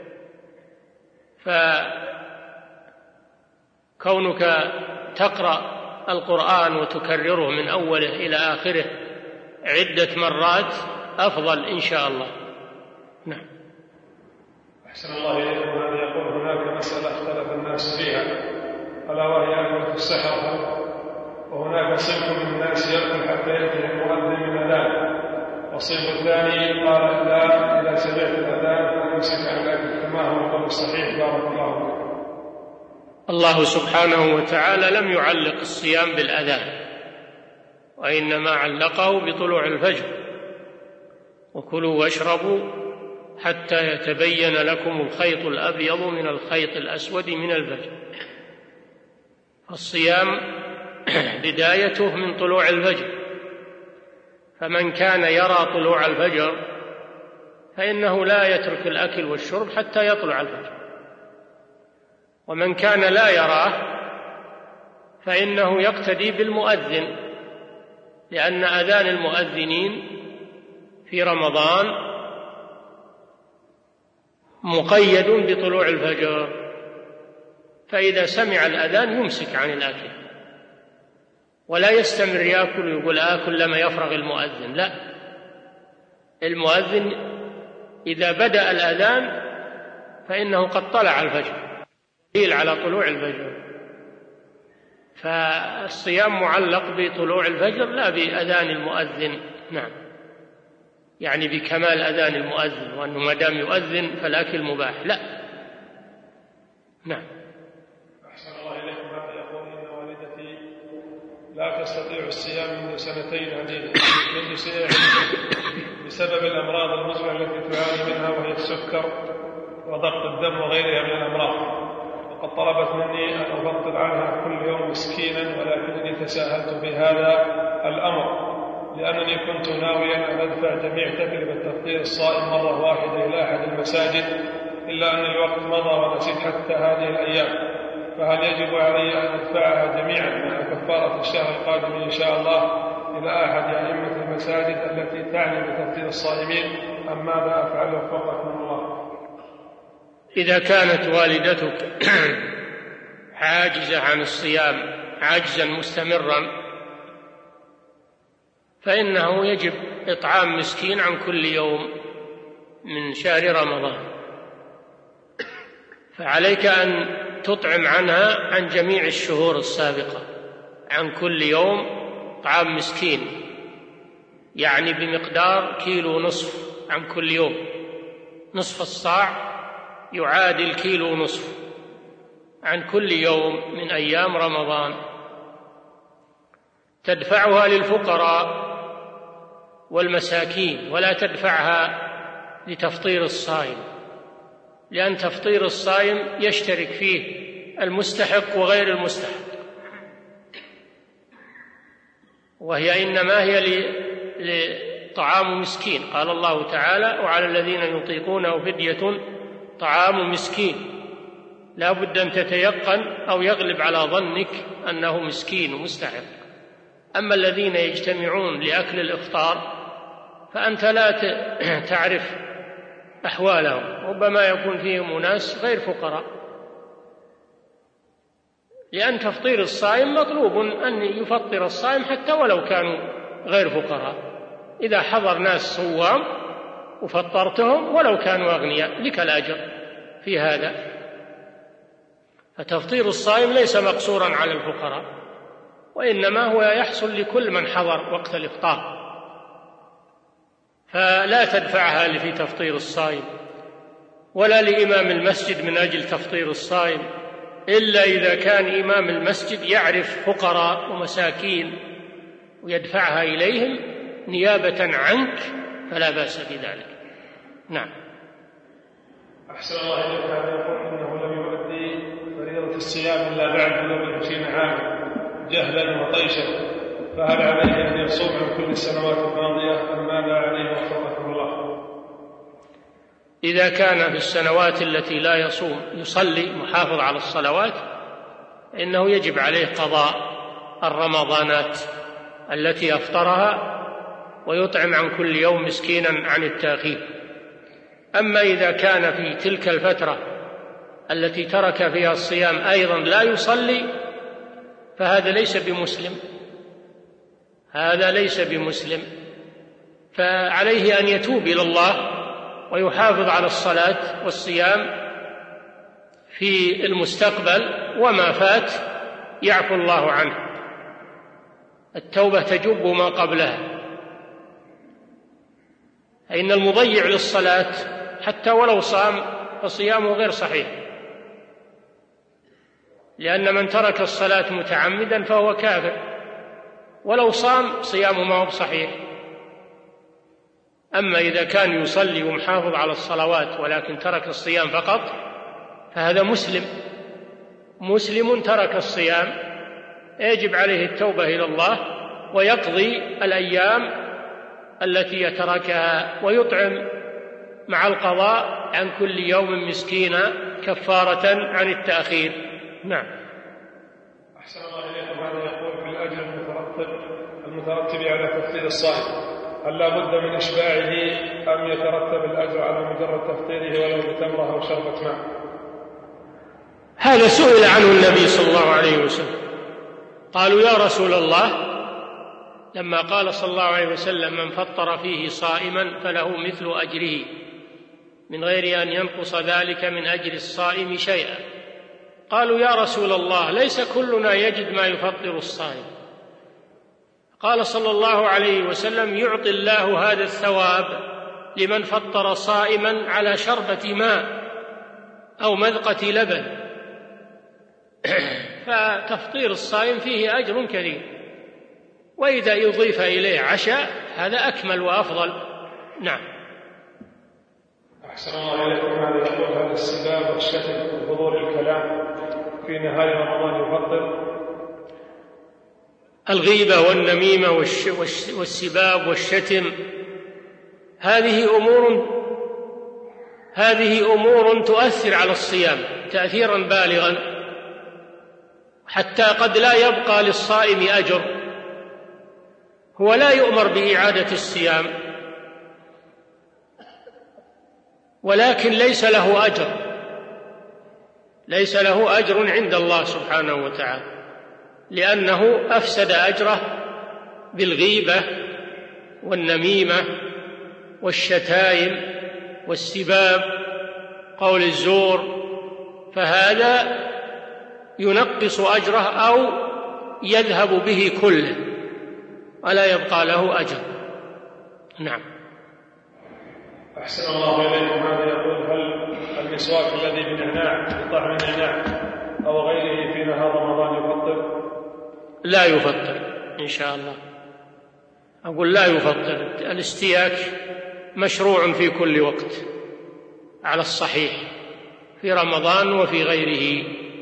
فكونك تقرأ القرآن وتكرره من أوله إلى آخره عدة مرات أفضل إن شاء الله. نعم. أحسن الله إليكم. هذا يقول: هناك مسألة اختلف الناس فيها، ألا وهي أكلة السحر، وهناك صنف من الناس يأكل حتى ينتهي المؤذن من الأذان، والصنف الثاني قال: لا، إذا سمعت الأذان فأمسك عن الأكل. فما هو القول الصحيح؟ بارك الله فيكم. الله سبحانه وتعالى لم يعلق الصيام بالأذان، وإنما علقه بطلوع الفجر: وكلوا واشربوا حتى يتبين لكم الخيط الأبيض من الخيط الأسود من الفجر. الصيام بدايته من طلوع الفجر، فمن كان يرى طلوع الفجر فإنه لا يترك الأكل والشرب حتى يطلع الفجر، ومن كان لا يراه فإنه يقتدي بالمؤذن، لأن أذان المؤذنين في رمضان مقيد بطلوع الفجر، فإذا سمع الأذان يمسك عن الأكل، ولا يستمر يأكل ويقول آكل لما يفرغ المؤذن. لا، المؤذن إذا بدأ الأذان فإنه قد طلع الفجر، دليل على طلوع الفجر. فالصيام معلق بطلوع الفجر لا بأذان المؤذن. نعم، يعني بكمال أذان المؤذن، وأنه ما دام يؤذن فالأكل مباح، لا. نعم. أحسن الله إليكم. هذا يقول: إن والدتي لا تستطيع الصيام منذ سنتين عديدة بسبب الأمراض المزمنة التي تعاني منها، وهي السكر وضغط الدم وغيرها من الأمراض، وقد طلبت مني أن أفضل عنها كل يوم مسكينا، ولكنني تساهلت بهذا الأمر لأنني كنت ناويا أن أدفع جميع تكلفة تفطير الصائم مرة واحدة إلى أحد المساجد، إلا أن الوقت مضى ونسيت حتى هذه الأيام، فهل يجب علي أن أدفعها جميعا مع كفارة الشهر القادم إن شاء الله إلى أحد أئمة المساجد التي تعني بتفطير الصائمين، أم ماذا أفعل وفقكم الله؟ إذا كانت والدتك عاجزة عن الصيام عاجزا مستمرا فإنه يجب إطعام مسكين عن كل يوم من شهر رمضان، فعليك أن تطعم عنها عن جميع الشهور السابقة عن كل يوم طعام مسكين، يعني بمقدار 1.5 كيلو عن كل يوم، نصف الصاع يعادل 1.5 كيلو عن كل يوم من أيام رمضان، تدفعها للفقراء والمساكين ولا تدفعها لتفطير الصائم، لأن تفطير الصائم يشترك فيه المستحق وغير المستحق، وهي إنما هي لطعام مسكين. قال الله تعالى: وعلى الذين يطيقونه فدية طعام مسكين، لا بد أن تتيقن أو يغلب على ظنك أنه مسكين ومستحق. أما الذين يجتمعون لأكل الإفطار فأنت لا تعرف أحوالهم، ربما يكون فيهم أناس غير فقراء، لأن تفطير الصائم مطلوب أن يفطر الصائم حتى ولو كانوا غير فقراء. إذا حضر ناس صوام وفطرتهم ولو كانوا أغنياء لك الأجر في هذا. فتفطير الصائم ليس مقصورا على الفقراء، وإنما هو يحصل لكل من حضر وقت الإفطار، فلا تدفعها في تفطير الصائم ولا لإمام المسجد من أجل تفطير الصائم، إلا إذا كان إمام المسجد يعرف فقراء ومساكين ويدفعها إليهم نيابة عنك فلا بأس بذلك. نعم. أحسن الله إليك. هذا يقول إنه لم يؤدي فريضة الصيام إلا بعد بلوغ 20 عاما جهلا وطيشا، فهل عليه أن يصوم عن كل السنوات الماضية أم ماذا عليه وفقكم الله؟ إذا كان في السنوات التي لا يصوم يصلي محافظ على الصلوات إنه يجب عليه قضاء الرمضانات التي أفطرها ويطعم عن كل يوم مسكينا عن التأخير. أما إذا كان في تلك الفترة التي ترك فيها الصيام أيضا لا يصلي فهذا ليس بمسلم، هذا ليس بمسلم، فعليه أن يتوب إلى الله ويحافظ على الصلاة والصيام في المستقبل، وما فات يعفو الله عنه. التوبة تجب ما قبلها. إن المضيع للصلاة حتى ولو صام فصيامه غير صحيح، لأن من ترك الصلاة متعمدا فهو كافر، ولو صام صيامه ما هو صحيح. أما إذا كان يصلي ومحافظ على الصلوات ولكن ترك الصيام فقط فهذا مسلم ترك الصيام، يجب عليه التوبة إلى الله ويقضي الأيام التي يتركها ويطعم مع القضاء عن كل يوم مسكينا كفارة عن التأخير. نعم. أحسن الله إليكم. هذا يقول في الأجر المترتب على تفطير الصائم هل لا بد من إشباعه أم يترتب الأجر على مجرد تفطيره ولو بتمرة أو شربة ماء؟ هذا سئل عنه النبي صلى الله عليه وسلم، قالوا يا رسول الله، لما قال صلى الله عليه وسلم من فطر فيه صائما فله مثل أجره من غير أن ينقص ذلك من أجر الصائم شيئا، قالوا يا رسول الله ليس كلنا يجد ما يفطر الصائم. قال صلى الله عليه وسلم يعطي الله هذا الثواب لمن فطر صائما على شربة ماء أو مذقة لبن. فتفطير الصائم فيه أجر كريم، وإذا يضيف إليه عشاء هذا أكمل وأفضل. نعم. أحسن الله إليكم. هذا يقول: هل السباب والشتم وفضول الكلام في نهاية رمضان يفطر؟ الغيبة والنميمة والسباب والشتم هذه أمور تؤثر على الصيام تأثيرا بالغا، حتى قد لا يبقى للصائم أجر. هو لا يؤمر بإعادة الصيام، ولكن ليس له أجر عند الله سبحانه وتعالى، لأنه أفسد أجره بالغيبة والنميمة والشتائم والسباب، قول الزور، فهذا ينقص أجره أو يذهب به كله ولا يبقى له أجر. نعم. أحسن الله إليكم. هذا يقول: هل المسواك الذي بنعناع بطعم النعناع أو غيره في نهار رمضان يفطر؟ لا يفطر إن شاء الله. أقول لا يفطر. الاستياك مشروع في كل وقت على الصحيح، في رمضان وفي غيره،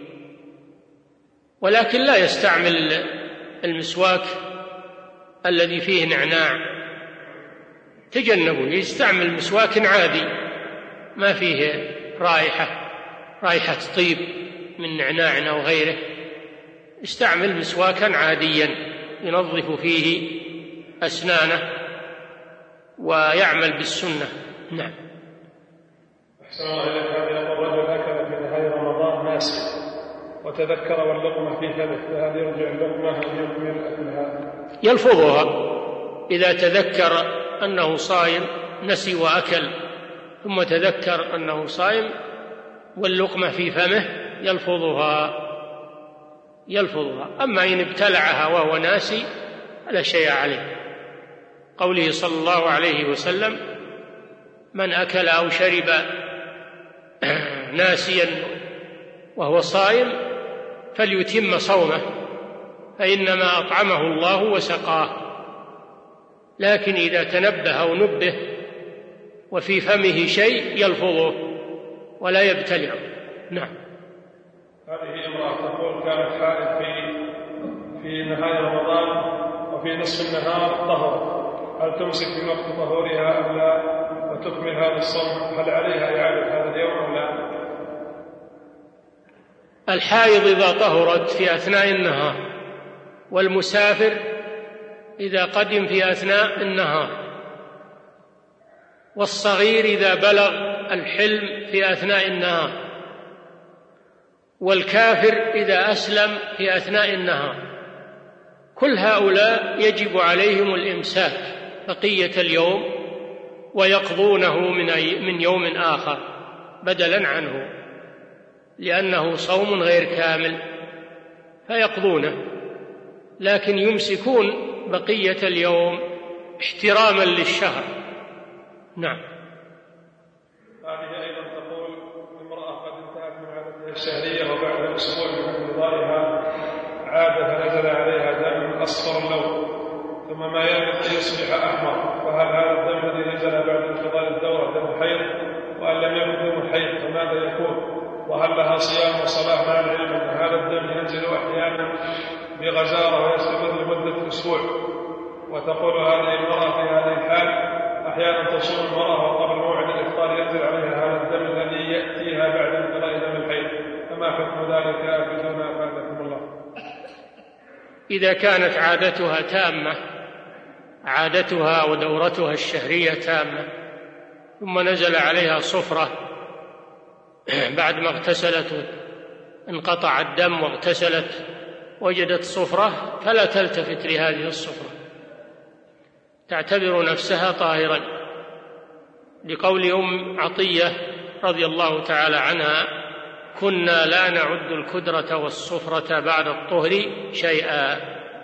ولكن لا يستعمل المسواك الذي فيه نعناع، تجنبوا، يستعمل مسواك عادي ما فيه رائحة طيب من نعناع أو غيره، استعمل مسواكا عاديا ينظف فيه أسنانه ويعمل بالسنة. نعم. أحسن الله إليك. هذا يقول: رجل أكل في نهاية رمضان ناسي وتذكر واللقمة في فمه، فهل يرجع اللقمة أم يكمل أكلها؟ يلفظها إذا تذكر أنه صائم، نسي وأكل ثم تذكر أنه صائم واللقمة في فمه يلفظها. أما إن ابتلعها وهو ناسي فلا شيء عليه، قوله صلى الله عليه وسلم: من أكل أو شرب ناسيا وهو صائم فليتم صومه، فإنما أطعمه الله وسقاه. لكن إذا تنبه أو نبه وفي فمه شيء يلفظه ولا يبتلعه. نعم. هذه امرأة تقول: كانت حائض في نهاية رمضان وفي نصف النهار طهر، هل تمسك في وقت طهورها أم لا وتكمل هذا الصوم؟ هل عليها إعادة هذا اليوم أم لا؟ الحائض إذا طهرت في أثناء النهار، والمسافر إذا قدم في أثناء النهار، والصغير إذا بلغ الحلم في أثناء النهار، والكافر إذا أسلم في أثناء النهار، كل هؤلاء يجب عليهم الإمساك بقية اليوم ويقضونه من يوم آخر بدلا عنه، لأنه صوم غير كامل فيقضونه، لكن يمسكون بقية اليوم احتراما للشهر. نعم. هذه أيضا تقول: امرأة قد انتهت من عادتها الشهرية وبعد أسبوع من انقضائها عادة نزل عليها دم أصفر اللون ثم ما يلبث يصبح أحمر، فهل هذا الدم الذي نزل بعد انقضاء الدورة دم حيض؟ وأن لم يكن دم حيض فماذا يكون؟ وهل لها صيام وصلاة مع العلم أن هذا الدم ينزل أحيانا بغزارة ويستمر لمدة أسبوع؟ وتقول هذه المرأة في هذه الحال أحيانا تصوم المرأة وقبل موعد الإفطار ينزل عليها هذا الدم الذي يأتيها بعد انقضاء دم الحيض، فما حكم ذلك؟ أفيدونا أفادكم الله. إذا كانت عادتها تامة، عادتها ودورتها الشهرية تامة، ثم نزل عليها صفرة بعد ما اغتسلت انقطع الدم واغتسلت وجدت صفرة، فلا تلتفت لهذه الصفرة، تعتبر نفسها طاهرا، لقول أم عطية رضي الله تعالى عنها: كنا لا نعد الكدرة والصفرة بعد الطهر شيئا.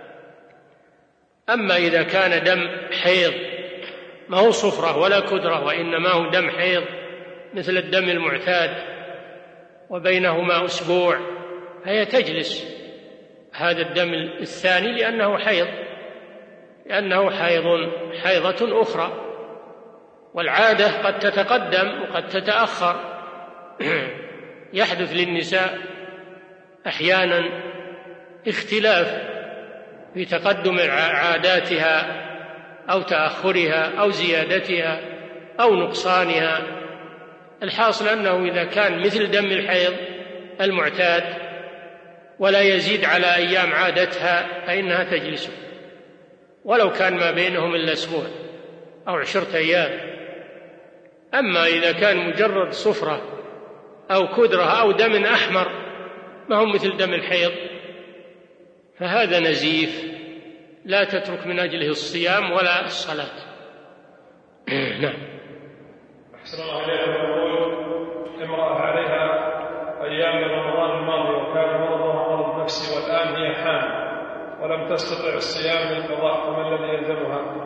أما إذا كان دم حيض ما هو صفرة ولا كدرة وإنما هو دم حيض مثل الدم المعتاد وبينهما أسبوع، فهي تجلس هذا الدم الثاني لأنه حيضة أخرى، والعادة قد تتقدم وقد تتأخر. يحدث للنساء أحيانا اختلاف في تقدم عاداتها أو تأخرها أو زيادتها أو نقصانها. الحاصل أنه إذا كان مثل دم الحيض المعتاد ولا يزيد على أيام عادتها فإنها تجلس، ولو كان ما بينهم إلا أسبوع أو 10 أيام. أما إذا كان مجرد صفرة أو كدرة أو دم أحمر ما هو مثل دم الحيض فهذا نزيف لا تترك من أجله الصيام ولا الصلاة. نعم. أحسن الله إليكم. يقول امرأة عليها أيام رمضان الماضي وكان مرضها مرض نفسي والآن هي حامل ولم تستطع الصيام للقضاء، فما الذي يلزمها؟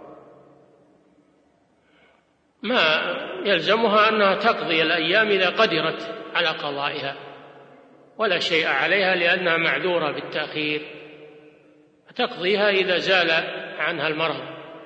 ما يلزمها أنها تقضي الأيام إذا قدرت على قضائها، ولا شيء عليها لأنها معذورة بالتأخير، فتقضيها إذا زال عنها المرض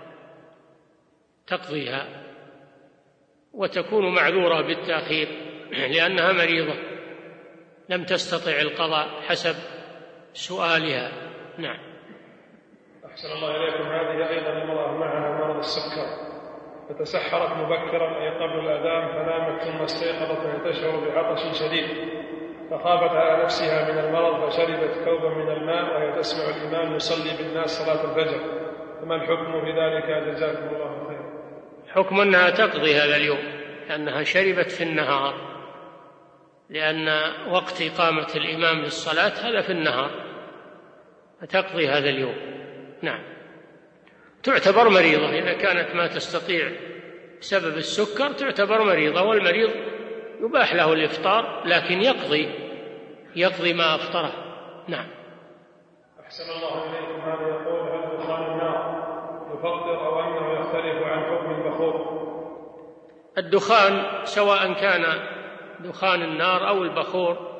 تقضيها، وتكون معذورة بالتأخير لأنها مريضة لم تستطع القضاء حسب سؤالها. نعم. أحسن الله إليكم. هذه أيضا المرأة معها مرض السكر، فتسحرت مبكرا أي قبل الأذان فنامت ثم استيقظت وهي تشعر بعطش شديد فخافت على نفسها من المرض فشربت كوبا من الماء وهي تسمع الإمام يصلي بالناس صلاة الفجر، فما الحكم في ذلك؟ جزاكم الله خيرا. حكم أنها تقضي هذا اليوم لأنها شربت في النهار، لأن وقت إقامة الإمام للصلاة هذا في النهار، فتقضي هذا اليوم. نعم. تعتبر مريضة إذا كانت ما تستطيع بسبب السكر، تعتبر مريضة، والمريض يباح له الإفطار لكن يقضي ما أفطره. نعم. أحسن الله إليكم. هذا يقول هل دخان النار يفطر أو أنه يختلف عن حكم البخور؟ الدخان سواء كان دخان النار أو البخور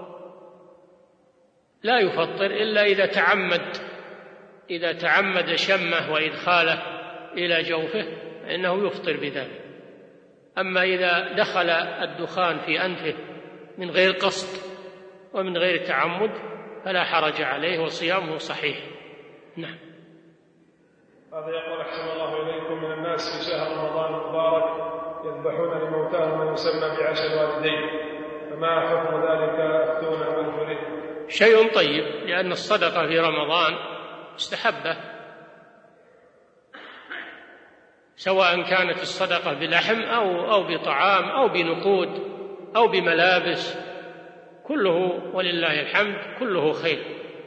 لا يفطر إلا إذا تعمد شمه وإدخاله إلى جوفه فإنه يفطر بذلك. أما إذا دخل الدخان في أنفه من غير قصد ومن غير تعمد فلا حرج عليه وصيامه صحيح. نعم. هذا يقول أحسن الله إليكم من الناس في شهر رمضان المبارك يذبحون لموتاهم ما يسمى بعشاء الوالدين، فما حكم ذلك؟ أفتونا وأنتم. شيء طيب، لأن الصدقة في رمضان مستحبة، سواء كانت الصدقة بلحم أو بطعام أو بنقود أو بملابس، كله ولله الحمد كله خير.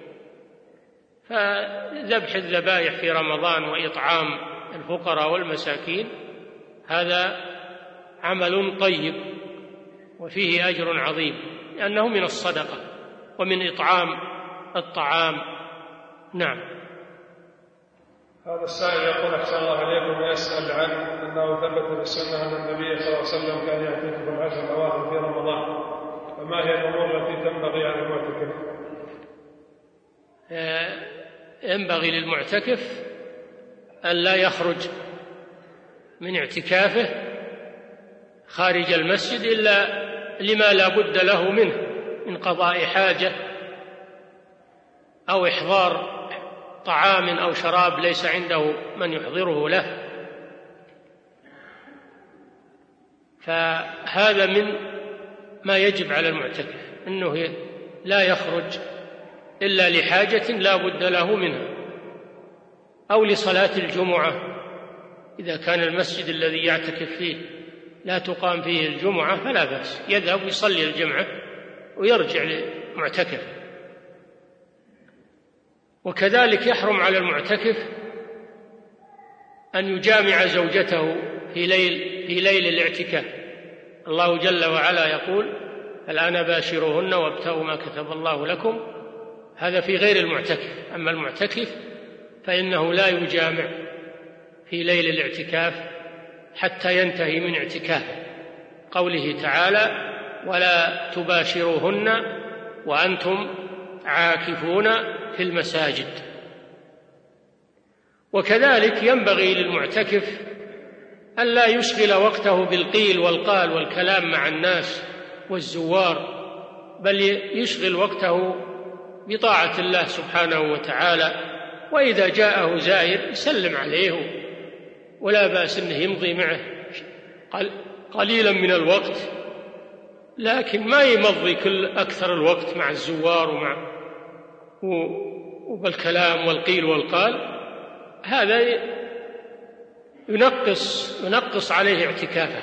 فذبح الذبائح في رمضان وإطعام الفقراء والمساكين هذا عمل طيب وفيه أجر عظيم، لأنه من الصدقة ومن إطعام الطعام. نعم. هذا السائل يقول أحسن الله إليكم ويسأل عن أنه ثبت في السنة أن النبي صلى الله عليه وسلم كان يعتكف العشر الأواخر في رمضان، فما هي الأمور التي تنبغي على المعتكف؟ ينبغي للمعتكف أن لا يخرج من اعتكافه خارج المسجد إلا لما لا بد له منه من قضاء حاجة أو إحضار طعام أو شراب ليس عنده من يحضره له، فهذا من ما يجب على المعتكف أنه لا يخرج إلا لحاجة لا بد له منها، أو لصلاة الجمعة إذا كان المسجد الذي يعتكف فيه لا تقام فيه الجمعة فلا بأس، يذهب يصلي الجمعة ويرجع لمعتكف. وكذلك يحرم على المعتكف أن يجامع زوجته في ليل الاعتكاف. الله جل وعلا يقول: الآن باشروهن وابتغوا ما كتب الله لكم. هذا في غير المعتكف. أما المعتكف فإنه لا يجامع في ليل الاعتكاف حتى ينتهي من اعتكافه، قوله تعالى: ولا تباشروهن وأنتم عاكفون في المساجد. وكذلك ينبغي للمعتكف أن لا يشغل وقته بالقيل والقال والكلام مع الناس والزوار، بل يشغل وقته بطاعة الله سبحانه وتعالى. وإذا جاءه زائر يسلم عليه، ولا بأس أنه يمضي معه قليلا من الوقت، لكن ما يمضي أكثر الوقت مع الزوار وبالكلام والقيل والقال. هذا ينقص عليه اعتكافه.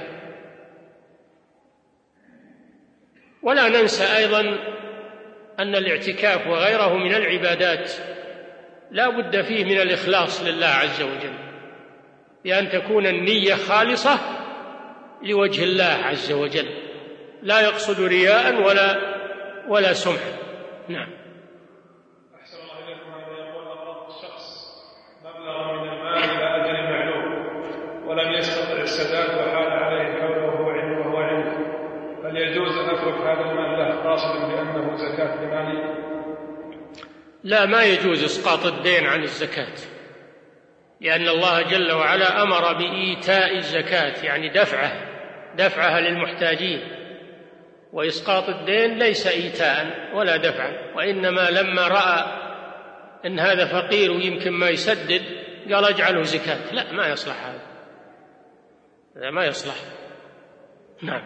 ولا ننسى أيضا أن الاعتكاف وغيره من العبادات لا بد فيه من الإخلاص لله عز وجل، بأن تكون النية خالصة لوجه الله عز وجل، لا يقصد رياء ولا سمعة. نعم. أحسن الله إليكم. هذا يقول أقرض الشخص مبلغا من المال إلى أجل معلوم ولم يستطع السداد وحال عليه الحول وهو عنده، هل يجوز أن أترك هذا المال له قاصدا بأنه زكاة بمالي؟ لا، ما يجوز إسقاط الدين عن الزكاة، لأن الله جل وعلا أمر بإيتاء الزكاة، يعني دفعها للمحتاجين. وإسقاط الدين ليس إيتاء ولا دفعا، وإنما لما رأى أن هذا فقير ويمكن ما يسدد قال اجعله زكاة. لا، ما يصلح هذا ما يصلح. نعم.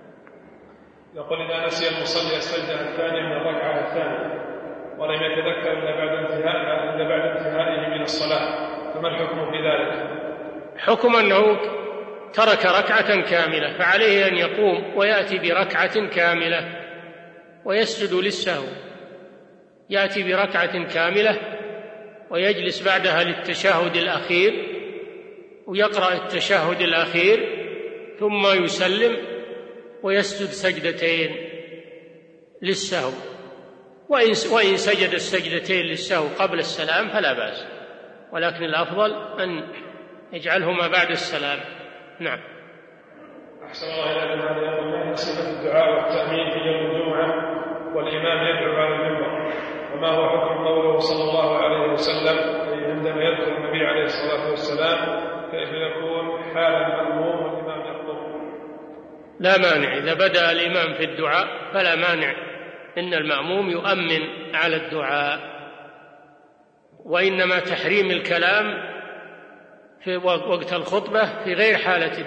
يقول إذا نسي المصلي السجدة الثانية من الركعة الثانية ولم يتذكر إلا بعد انتهائه من الصلاة، فما الحكم في ذلك؟ حكم أنه ترك ركعة كاملة، فعليه أن يقوم ويأتي بركعة كاملة ويسجد للسهو. يأتي بركعة كاملة ويجلس بعدها للتشهد الأخير ويقرأ التشهد الأخير ثم يسلم ويسجد سجدتين للسهو. وإن سجد السجدتين للسهو قبل السلام فلا بأس، ولكن الأفضل أن يجعلهما بعد السلام. نعم. أحسن الله إليكم. هذا يقول ما هي صفة الدعاء والتأمين في يوم الجمعة والإمام يدعو على المنبر، وما هو حكم قوله صلى الله عليه وسلم عندما يذكر النبي عليه الصلاة والسلام كيف يكون حال المأموم والإمام يخطب؟ لا مانع، إذا بدأ الإمام في الدعاء فلا مانع إن المأموم يؤمن على الدعاء، وإنما تحريم الكلام في وقت الخطبة في غير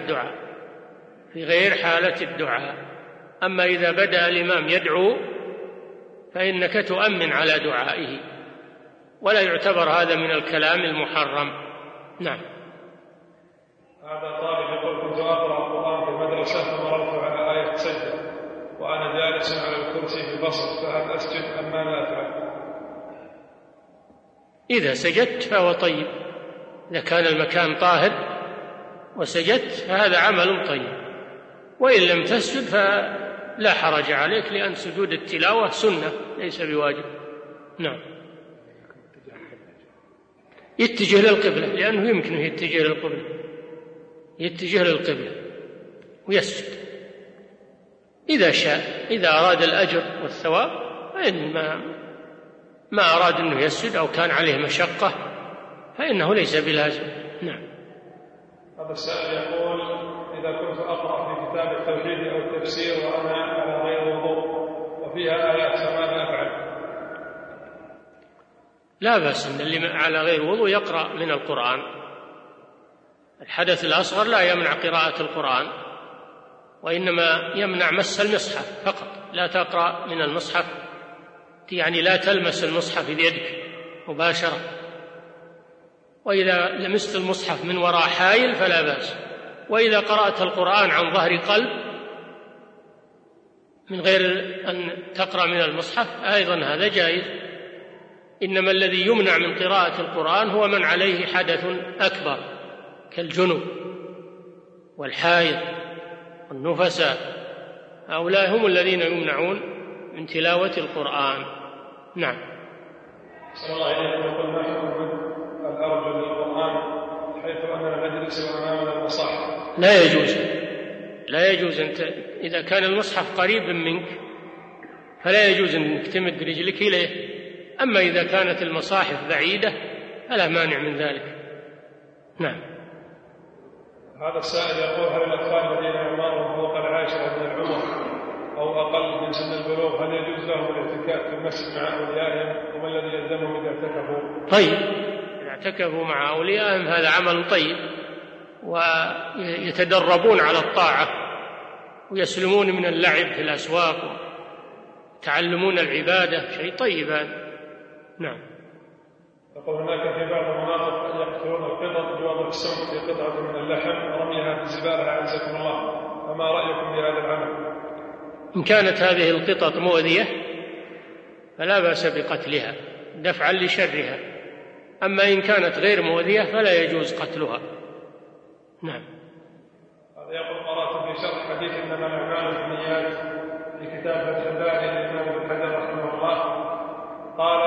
حالة الدعاء. أما إذا بدأ الإمام يدعو فإنك تؤمن على دعائه، ولا يعتبر هذا من الكلام المحرم. نعم. هذا طالب يقول كنت أقرأ القرآن في المدرسة فمررت على آية سجدة وأنا جالس على الكرسي في الفصل، فهل أسجد أم ماذا أفعل؟ إذا سجدت فهو طيب، إذا كان المكان طاهر وسجدت فهذا عمل طيب، وإن لم تسجد فلا حرج عليك، لأن سجود التلاوة سنة ليس بواجب. نعم. يتجه للقبلة، لأنه يمكنه يتجه للقبلة ويسجد إذا شاء. إذا أراد الأجر والثواب، فإن ما أراد أنه يسجد أو كان عليه مشقة فإنه ليس بلازم. نعم. هذا السائل يقول إذا كنت أقرأ في كتاب التوحيد أو التفسير وأنا على غير وضوء وفيها آيات فماذا أفعل؟ لا بأس أن اللي على غير وضوء يقرأ من القرآن. الحدث الأصغر لا يمنع قراءة القرآن، وإنما يمنع مس المصحف فقط. لا تقرأ من المصحف، يعني لا تلمس المصحف بيدك مباشرة. وإذا لمست المصحف من وراء حائل فلا بأس. وإذا قرأت القرآن عن ظهر قلب من غير أن تقرأ من المصحف أيضا هذا جائز. إنما الذي يمنع من قراءة القرآن هو من عليه حدث أكبر كالجنب والحائض والنفساء، هؤلاء هم الذين يمنعون من تلاوة القرآن. نعم. صلى الله عليه وسلم يقول ما حكم الأرجل للقرآن حيث أننا نجلس وأمامنا المصحف؟ لا يجوز أنت إذا كان المصحف قريبا منك فلا يجوز أنك تمد رجلك إليه. أما إذا كانت المصاحف بعيدة فلا مانع من ذلك. نعم. هذا السائل يقول: هل الأطفال الذين أعمارهم فوق 10 من العمر أو أقل من سن البلوغ هل يجوز لهم الاعتكاف في المسجد مع أوليائهم؟ وما الذي يلزمهم إذا اعتكفوا؟ طيب، إذا اعتكفوا مع أوليائهم هذا عمل طيب، ويتدربون على الطاعة ويسلمون من اللعب في الأسواق ويتعلمون العبادة، شيء طيب هذا. نعم. يقول: هناك في بعض المناطق يقتلون القطط بوضع السم في قطعة من اللحم ورميها في الزبالة أعزكم الله، فما رأيكم بهذا العمل؟ إن كانت هذه القطط مؤذية فلا بأس بقتلها دفعا لشرها، أما إن كانت غير مؤذية فلا يجوز قتلها. نعم. هذا يقول: قرأت في شرح حديث إنما الأعمال بالنيات في كتاب فتح الباري للإمام ابن حجر رحمه الله، قال: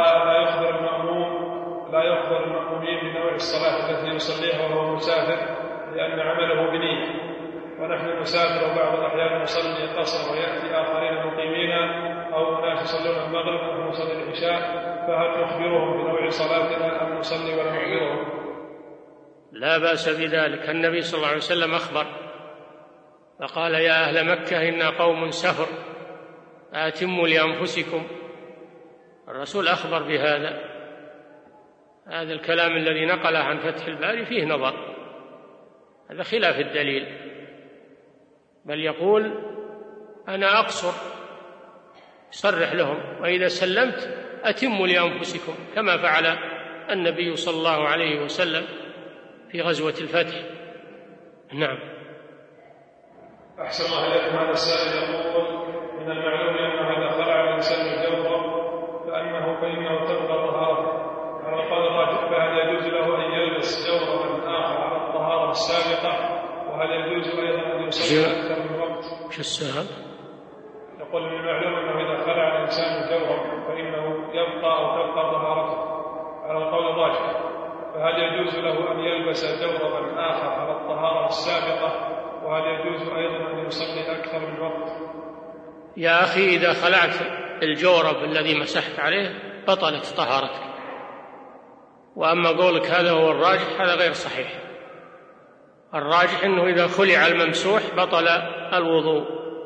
لا يخبر المأمومين بنوع الصلاة التي يصليها وهو مسافر لأن عمله بنية، ونحن نسافر وبعض الأحيان نصلي قصر ويأتي آخرين مقيمين أو ناس يصلون المغرب ونحن نصلي العشاء، فهل نخبرهم بنوع صلاتنا أم نصلي ولا نخبرهم؟ لا بأس بذلك. النبي صلى الله عليه وسلم أخبر فقال: يا أهل مكة إنا قوم سفر أتموا لأنفسكم. الرسول أخبر بهذا. هذا الكلام الذي نقله عن فتح الباري فيه نظر، هذا خلاف الدليل، بل يقول: أنا أقصر، صرح لهم، وإذا سلمت أتموا لأنفسكم، كما فعل النبي صلى الله عليه وسلم في غزوة الفتح. نعم. أحسن الله إليكم. هذا السائل يقول: من المعلوم أنه إذا خلع الإنسان الجوهر فإنه تبقى طهارته على القول الراجح، فهل يجوز له أن يلبس جوهرا آخر على الطهارة السابقة؟ وهل يجوز أيضا أن يصلي أكثر من وقت؟ شو السؤال؟ يقول: من المعلوم أنه إذا خلع الإنسان الجوهر فإنه يبقى أو تبقى طهارته على القول الراجح، فهل يجوز له أن يلبس جوهرا آخر على الطهارة السابقة؟ وهل يجوز أيضا أن يصلي أكثر من وقت؟ يا أخي، إذا خلعت الجورب الذي مسحت عليه بطلت طهارتك، وأما قولك هذا هو الراجح هذا غير صحيح. الراجح أنه إذا خلع الممسوح بطل الوضوء،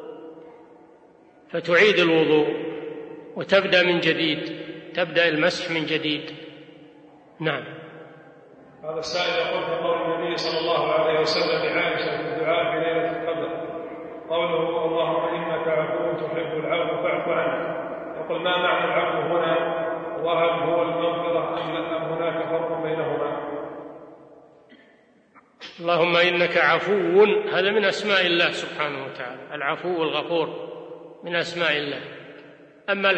فتعيد الوضوء وتبدأ من جديد، تبدأ المسح من جديد. نعم. هذا السائل يقول: في قول النبي صلى الله عليه وسلم لعائشة في الدعاء في ليلة القدر قوله: اللهم إنك عفو تحب العفو فاعف عني، يقول: ما معنى العفو هنا؟ وهل هو المغفرة أم هناك فرق بينهما؟ اللهم إنك عفو، هذا من أسماء الله سبحانه وتعالى، العفو والغفور من أسماء الله. أما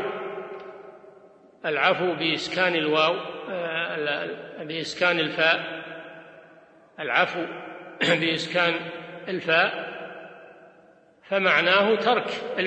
العفو بإسكان الواو، بإسكان الفاء، العفو بإسكان الفاء، فمعناه ترك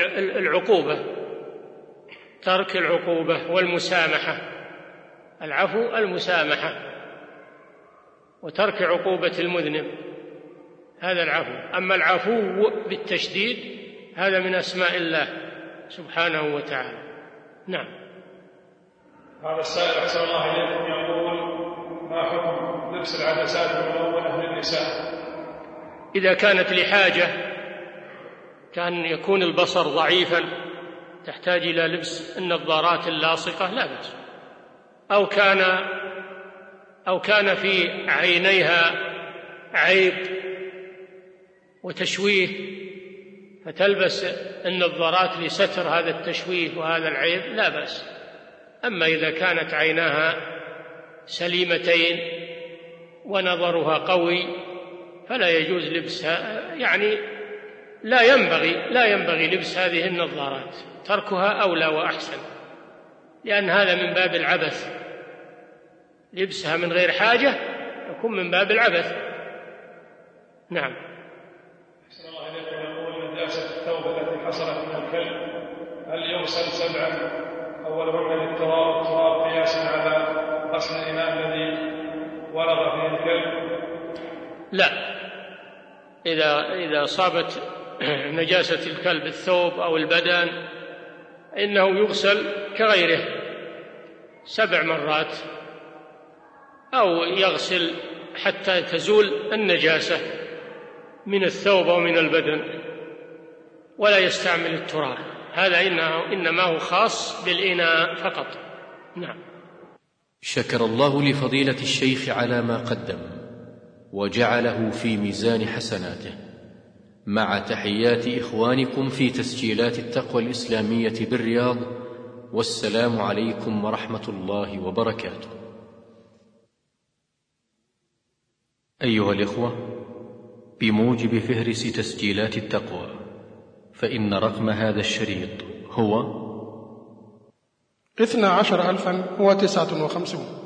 العقوبة والمسامحة. العفو المسامحة وترك عقوبة المذنب، هذا العفو. أما العفو بالتشديد هذا من أسماء الله سبحانه وتعالى. نعم. هذا السائل أحسن الله إليكم يقول: ما حكم لبس العدسات الملونة للنساء؟ إذا كانت لحاجة، كان يكون البصر ضعيفا تحتاج إلى لبس النظارات اللاصقة لا بأس، أو كان في عينيها عيب وتشويه فتلبس النظارات لستر هذا التشويه وهذا العيب لا بأس. أما إذا كانت عيناها سليمتين ونظرها قوي فلا يجوز لبسها، يعني لا ينبغي لبس هذه النظارات، تركها أولى وأحسن، لأن هذا من باب العبث. لبسها من غير حاجة يكون من باب العبث. نعم. أحسن الله إليكم يقول: نجاسة الثوب التي حصلت من الكلب هل يغسل 7 أولهن للتراب قياسا على غسل الإناء الذي ولغ فيه الكلب؟ لا، إذا أصابت نجاسة الكلب الثوب أو البدن إنه يغسل كغيره 7 مرات، أو يغسل حتى تزول النجاسة من الثوب ومن البدن، ولا يستعمل التراب. هذا إنما هو خاص بالإناء فقط. نعم. شكر الله لفضيلة الشيخ على ما قدم وجعله في ميزان حسناته، مع تحيات إخوانكم في تسجيلات التقوى الإسلامية بالرياض، والسلام عليكم ورحمة الله وبركاته. أيها الإخوة، بموجب فهرس تسجيلات التقوى، فإن رقم هذا الشريط هو 12,059.